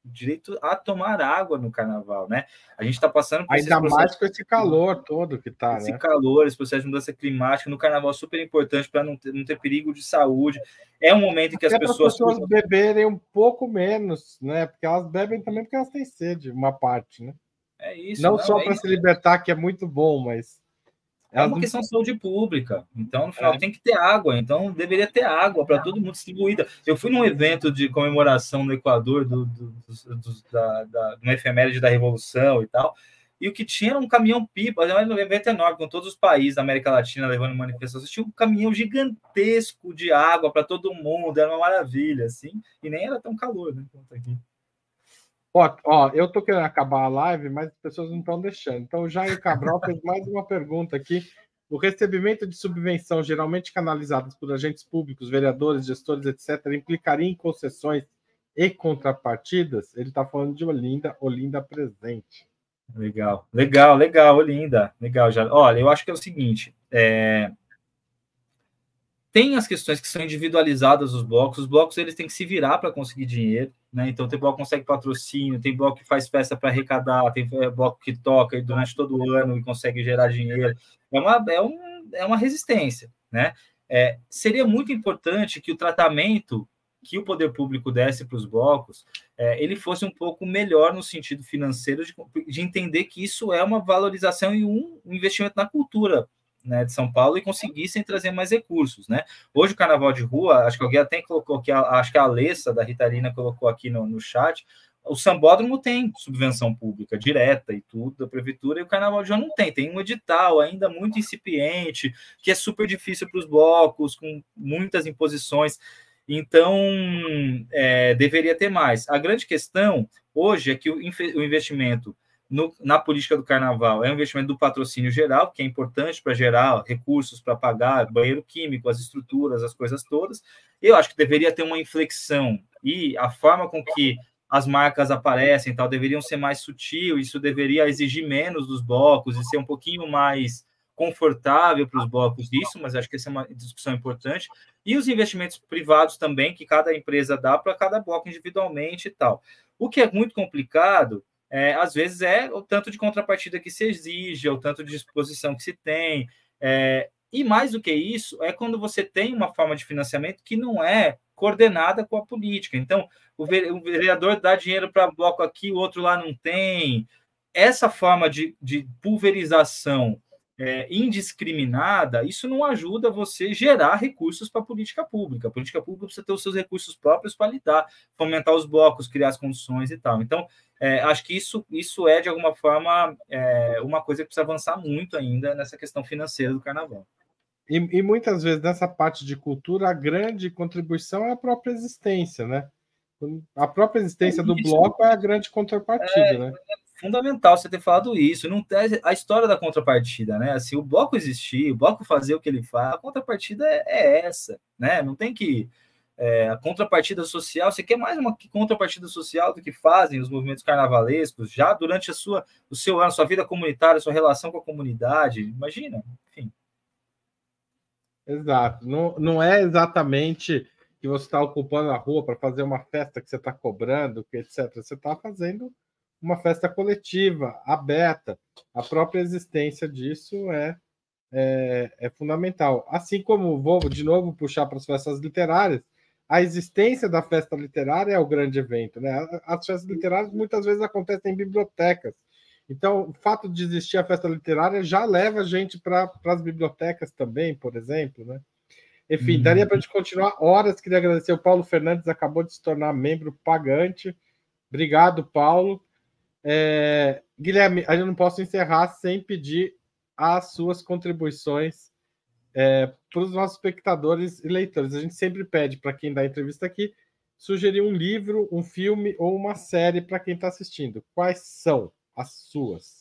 direito a tomar água no carnaval, né? A gente está passando por ainda mais com esse calor todo que está, esse né? calor, esse processo de mudança climática no carnaval é super importante para não ter, não ter perigo de saúde. É um momento em que as Até pessoas... para as pessoas beberem um pouco menos, né? Porque elas bebem também porque elas têm sede, uma parte, né? É isso. Não, não só é para isso. se libertar, que é muito bom, mas... É uma questão de saúde pública. Então, no final, é. tem que ter água. Então, deveria ter água para todo mundo distribuída. Eu fui num evento de comemoração no Equador do, do, do, do, da, da, de uma efeméride da Revolução e tal. E o que tinha era um caminhão-pipa, um evento enorme, com todos os países da América Latina levando manifestações. Tinha um caminhão gigantesco de água para todo mundo. Era uma maravilha, assim. E nem era tão calor, né? Quanto aqui. Ó, ó, eu tô querendo acabar a live, mas as pessoas não estão deixando. Então, o Jair Cabral fez mais uma pergunta aqui. O recebimento de subvenção, geralmente canalizadas por agentes públicos, vereadores, gestores, etcétera, implicaria em concessões e contrapartidas? Ele está falando de Olinda, Olinda presente. Legal, legal, legal, Olinda. Legal, já. Olha, eu acho que é o seguinte: é... tem as questões que são individualizadas os blocos. Os blocos eles têm que se virar para conseguir dinheiro, né? Então tem bloco que consegue patrocínio, tem bloco que faz festa para arrecadar, tem bloco que toca durante todo o ano e consegue gerar dinheiro. É uma, é um, é uma resistência, né? É, seria muito importante que o tratamento que o poder público desse para os blocos, é, ele fosse um pouco melhor no sentido financeiro de, de entender que isso é uma valorização e um investimento na cultura, né, de São Paulo, e conseguissem trazer mais recursos, né? Hoje o Carnaval de Rua, acho que alguém até colocou que acho que a Alessa da Ritalina colocou aqui no, no chat, o Sambódromo tem subvenção pública direta e tudo da prefeitura, e o Carnaval de Rua não tem, tem um edital ainda muito incipiente, que é super difícil para os blocos, com muitas imposições. Então, é, deveria ter mais. A grande questão hoje é que o, o investimento No, na política do carnaval é um investimento do patrocínio geral, que é importante para gerar recursos para pagar banheiro químico, as estruturas, as coisas todas. Eu acho que deveria ter uma inflexão, e a forma com que as marcas aparecem tal deveriam ser mais sutil, isso deveria exigir menos dos blocos e ser um pouquinho mais confortável para os blocos disso, mas acho que essa é uma discussão importante. E os investimentos privados também, que cada empresa dá para cada bloco individualmente e tal. O que é muito complicado, É, às vezes é o tanto de contrapartida que se exige, o tanto de disposição que se tem, é, e mais do que isso, é quando você tem uma forma de financiamento que não é coordenada com a política. Então, o vereador dá dinheiro para bloco aqui, o outro lá não tem. Essa forma de, de pulverização é, indiscriminada, isso não ajuda você a gerar recursos para a política pública. A política pública precisa ter os seus recursos próprios para lidar, fomentar os blocos, criar as condições e tal. Então, é, acho que isso, isso é, de alguma forma, é, uma coisa que precisa avançar muito ainda nessa questão financeira do carnaval. E, e muitas vezes, nessa parte de cultura, a grande contribuição é a própria existência, né? A própria existência é do bloco é a grande contrapartida, é, né? É fundamental você ter falado isso. Não tem a história da contrapartida, né? Se o bloco existir, o bloco fazer o que ele faz, a contrapartida é, é essa, né? Não tem que... É, a contrapartida social, você quer mais uma contrapartida social do que fazem os movimentos carnavalescos já durante a sua, o seu ano, sua vida comunitária, sua relação com a comunidade, imagina, enfim. Exato, não, não é exatamente que você está ocupando a rua para fazer uma festa que você está cobrando, etcétera. Você está fazendo uma festa coletiva, aberta. A própria existência disso é, é, é fundamental. Assim como vou de novo puxar para as festas literárias, a existência da festa literária é o grande evento, né? As festas literárias muitas vezes acontecem em bibliotecas. Então, o fato de existir a festa literária já leva a gente para as bibliotecas também, por exemplo, né? Enfim, hum. daria para a gente continuar horas. Queria agradecer o Paulo Fernandes, acabou de se tornar membro pagante. Obrigado, Paulo. É, Guilherme, eu não posso encerrar sem pedir as suas contribuições é, para os nossos espectadores e leitores. A gente sempre pede para quem dá entrevista aqui sugerir um livro, um filme ou uma série para quem está assistindo. Quais são as suas?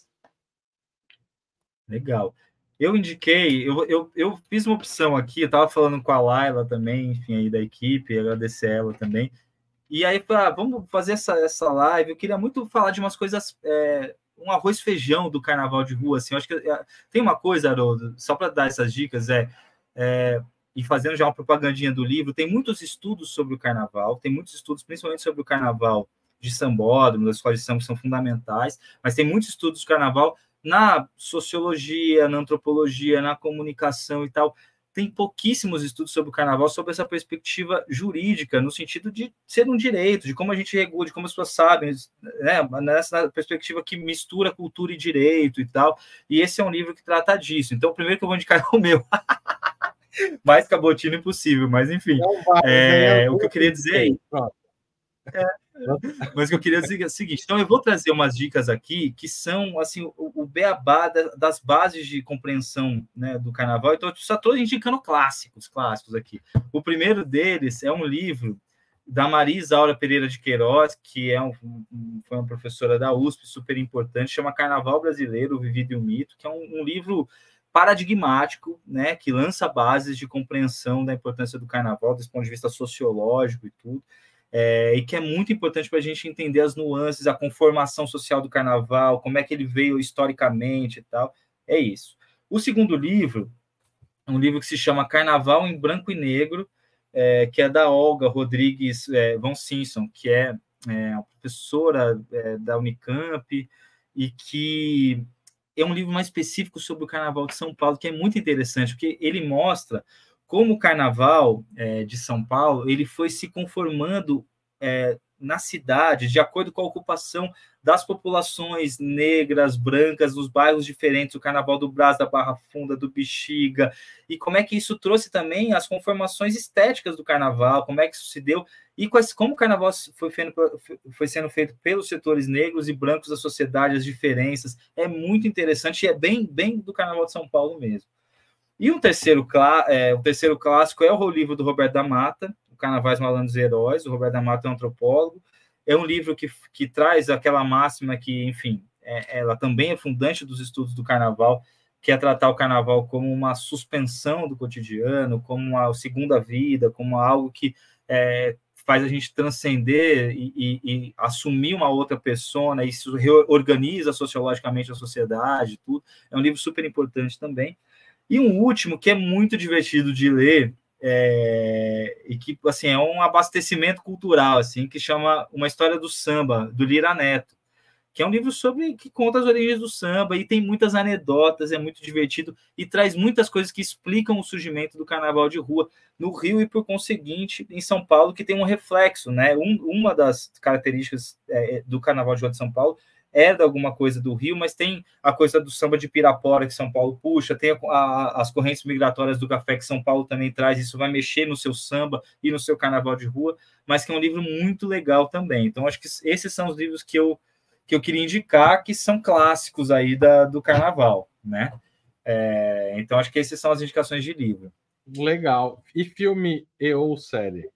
Legal. Eu indiquei, eu, eu, eu fiz uma opção aqui, eu estava falando com a Laila também, enfim, aí da equipe, agradecer ela também. E aí, ah, vamos fazer essa, essa live. Eu queria muito falar de umas coisas, é, um arroz feijão do carnaval de rua. Assim, eu acho que é, tem uma coisa, Haroldo, só para dar essas dicas, é, é, e fazendo já uma propagandinha do livro, tem muitos estudos sobre o carnaval, tem muitos estudos, principalmente sobre o carnaval de sambódromo, das escolas de samba, que são fundamentais, mas tem muitos estudos de carnaval na sociologia, na antropologia, na comunicação e tal. Tem pouquíssimos estudos sobre o carnaval, sobre essa perspectiva jurídica, no sentido de ser um direito, de como a gente regula, de como as pessoas sabem, né? Nessa perspectiva que mistura cultura e direito e tal. E esse é um livro que trata disso. Então, o primeiro que eu vou indicar é o meu. Mais cabotino impossível, mas enfim. É, o que eu queria dizer é, mas o que eu queria dizer é o seguinte, então eu vou trazer umas dicas aqui que são assim o, o beabá das bases de compreensão, né, do carnaval. Então eu só estou indicando clássicos, clássicos aqui. O primeiro deles é um livro da Maria Isaura Pereira de Queiroz, que é um, um, foi uma professora da U S P, super importante, chama Carnaval Brasileiro, o Vivido e o Mito, que é um, um livro paradigmático, né, que lança bases de compreensão da importância do carnaval, desse ponto de vista sociológico e tudo. É, e que é muito importante para a gente entender as nuances, a conformação social do carnaval, como é que ele veio historicamente e tal. É isso. O segundo livro, um livro que se chama Carnaval em Branco e Negro, é, que é da Olga Rodrigues é, von Simpson, que é, é uma professora é, da Unicamp, e que é um livro mais específico sobre o Carnaval de São Paulo, que é muito interessante, porque ele mostra como o Carnaval é, de São Paulo ele foi se conformando é, na cidade, de acordo com a ocupação das populações negras, brancas, nos bairros diferentes, o Carnaval do Brás, da Barra Funda, do Bexiga, e como é que isso trouxe também as conformações estéticas do Carnaval, como é que isso se deu, e como o Carnaval foi, feito, foi sendo feito pelos setores negros e brancos da sociedade, as diferenças. É muito interessante e é bem, bem do Carnaval de São Paulo mesmo. E um terceiro, é, o terceiro clássico é o livro do Roberto da Mata, o Carnavais Malandros e Heróis. O Roberto da Mata é um antropólogo. É um livro que, que traz aquela máxima que, enfim, é, ela também é fundante dos estudos do Carnaval, que é tratar o Carnaval como uma suspensão do cotidiano, como uma segunda vida, como algo que é, faz a gente transcender e, e, e assumir uma outra persona, e isso reorganiza sociologicamente a sociedade, tudo. É um livro super importante também. E um último que é muito divertido de ler, é, e que assim, é um abastecimento cultural, assim, que chama Uma História do Samba, do Lira Neto, que é um livro sobre que conta as origens do samba, e tem muitas anedotas, é muito divertido, e traz muitas coisas que explicam o surgimento do carnaval de rua no Rio e, por conseguinte, em São Paulo, que tem um reflexo, né? Um, uma das características é, do carnaval de rua de São Paulo é de alguma coisa do Rio, mas tem a coisa do samba de Pirapora que São Paulo puxa, tem a, a, as correntes migratórias do café que São Paulo também traz, isso vai mexer no seu samba e no seu carnaval de rua, mas que é um livro muito legal também. Então, acho que esses são os livros que eu, que eu queria indicar, que são clássicos aí da, do carnaval, né? É, então, acho que essas são as indicações de livro. Legal. E filme e ou série?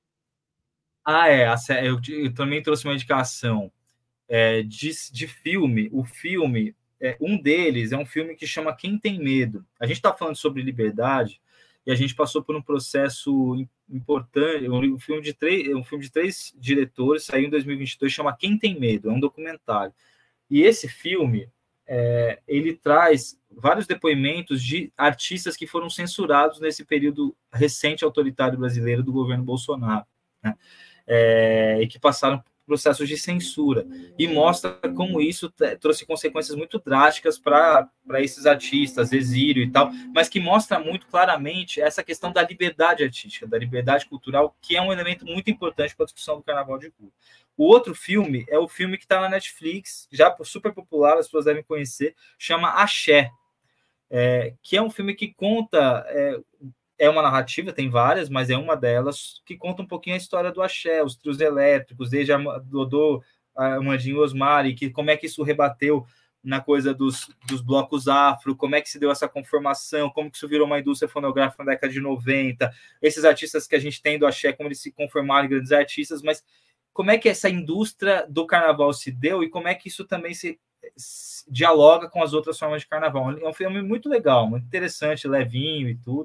Ah, é. A, eu, eu também trouxe uma indicação. É, de, de filme, o filme, é, um deles é um filme que chama Quem Tem Medo. A gente está falando sobre liberdade e a gente passou por um processo importante, um filme de três, um filme de três diretores, saiu em dois mil e vinte e dois, chama Quem Tem Medo, é um documentário. E esse filme, é, ele traz vários depoimentos de artistas que foram censurados nesse período recente autoritário brasileiro do governo Bolsonaro, né? É, e que passaram processos de censura, e mostra como isso trouxe consequências muito drásticas para esses artistas, exílio e tal, mas que mostra muito claramente essa questão da liberdade artística, da liberdade cultural, que é um elemento muito importante para a discussão do carnaval de rua. O outro filme é o filme que está na Netflix, já super popular, as pessoas devem conhecer, chama Axé, é, que é um filme que conta... É, É uma narrativa, tem várias, mas é uma delas que conta um pouquinho a história do axé, os trios elétricos, desde a Dodô, a Amandinho Osmar, e que, como é que isso rebateu na coisa dos, dos blocos afro, como é que se deu essa conformação, como que isso virou uma indústria fonográfica na década de noventa, esses artistas que a gente tem do axé, como eles se conformaram em grandes artistas, mas como é que essa indústria do carnaval se deu e como é que isso também se, se dialoga com as outras formas de carnaval. É um filme muito legal, muito interessante, levinho e tudo.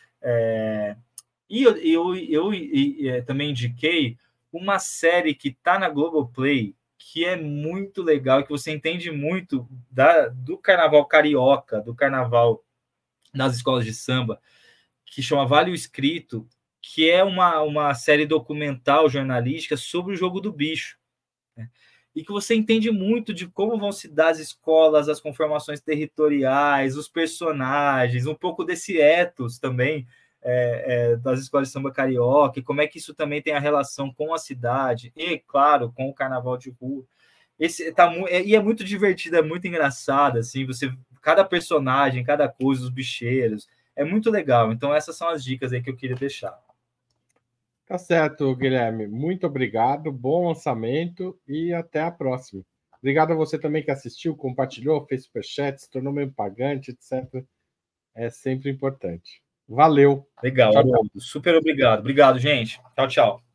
É, e eu, eu, eu, eu também indiquei uma série que está na Globoplay, que é muito legal, que você entende muito da, do carnaval carioca, do carnaval nas escolas de samba, que chama Vale o Escrito, que é uma, uma série documental jornalística sobre o Jogo do Bicho. e que você entende muito de como vão se dar as escolas, as conformações territoriais, os personagens, um pouco desse ethos também é, é, das escolas de samba carioca, e como é que isso também tem a relação com a cidade e, claro, com o carnaval de rua. Esse tá e é muito divertido, é muito engraçado, assim, você cada personagem, cada coisa, os bicheiros, é muito legal. Então essas são as dicas aí que eu queria deixar. Tá certo, Guilherme. Muito obrigado, bom lançamento e até a próxima. Obrigado a você também que assistiu, compartilhou, fez superchat, se tornou membro pagante, etcétera. É sempre importante. Valeu. Legal, tchau, Haroldo. Super obrigado. Obrigado, gente. Tchau, tchau.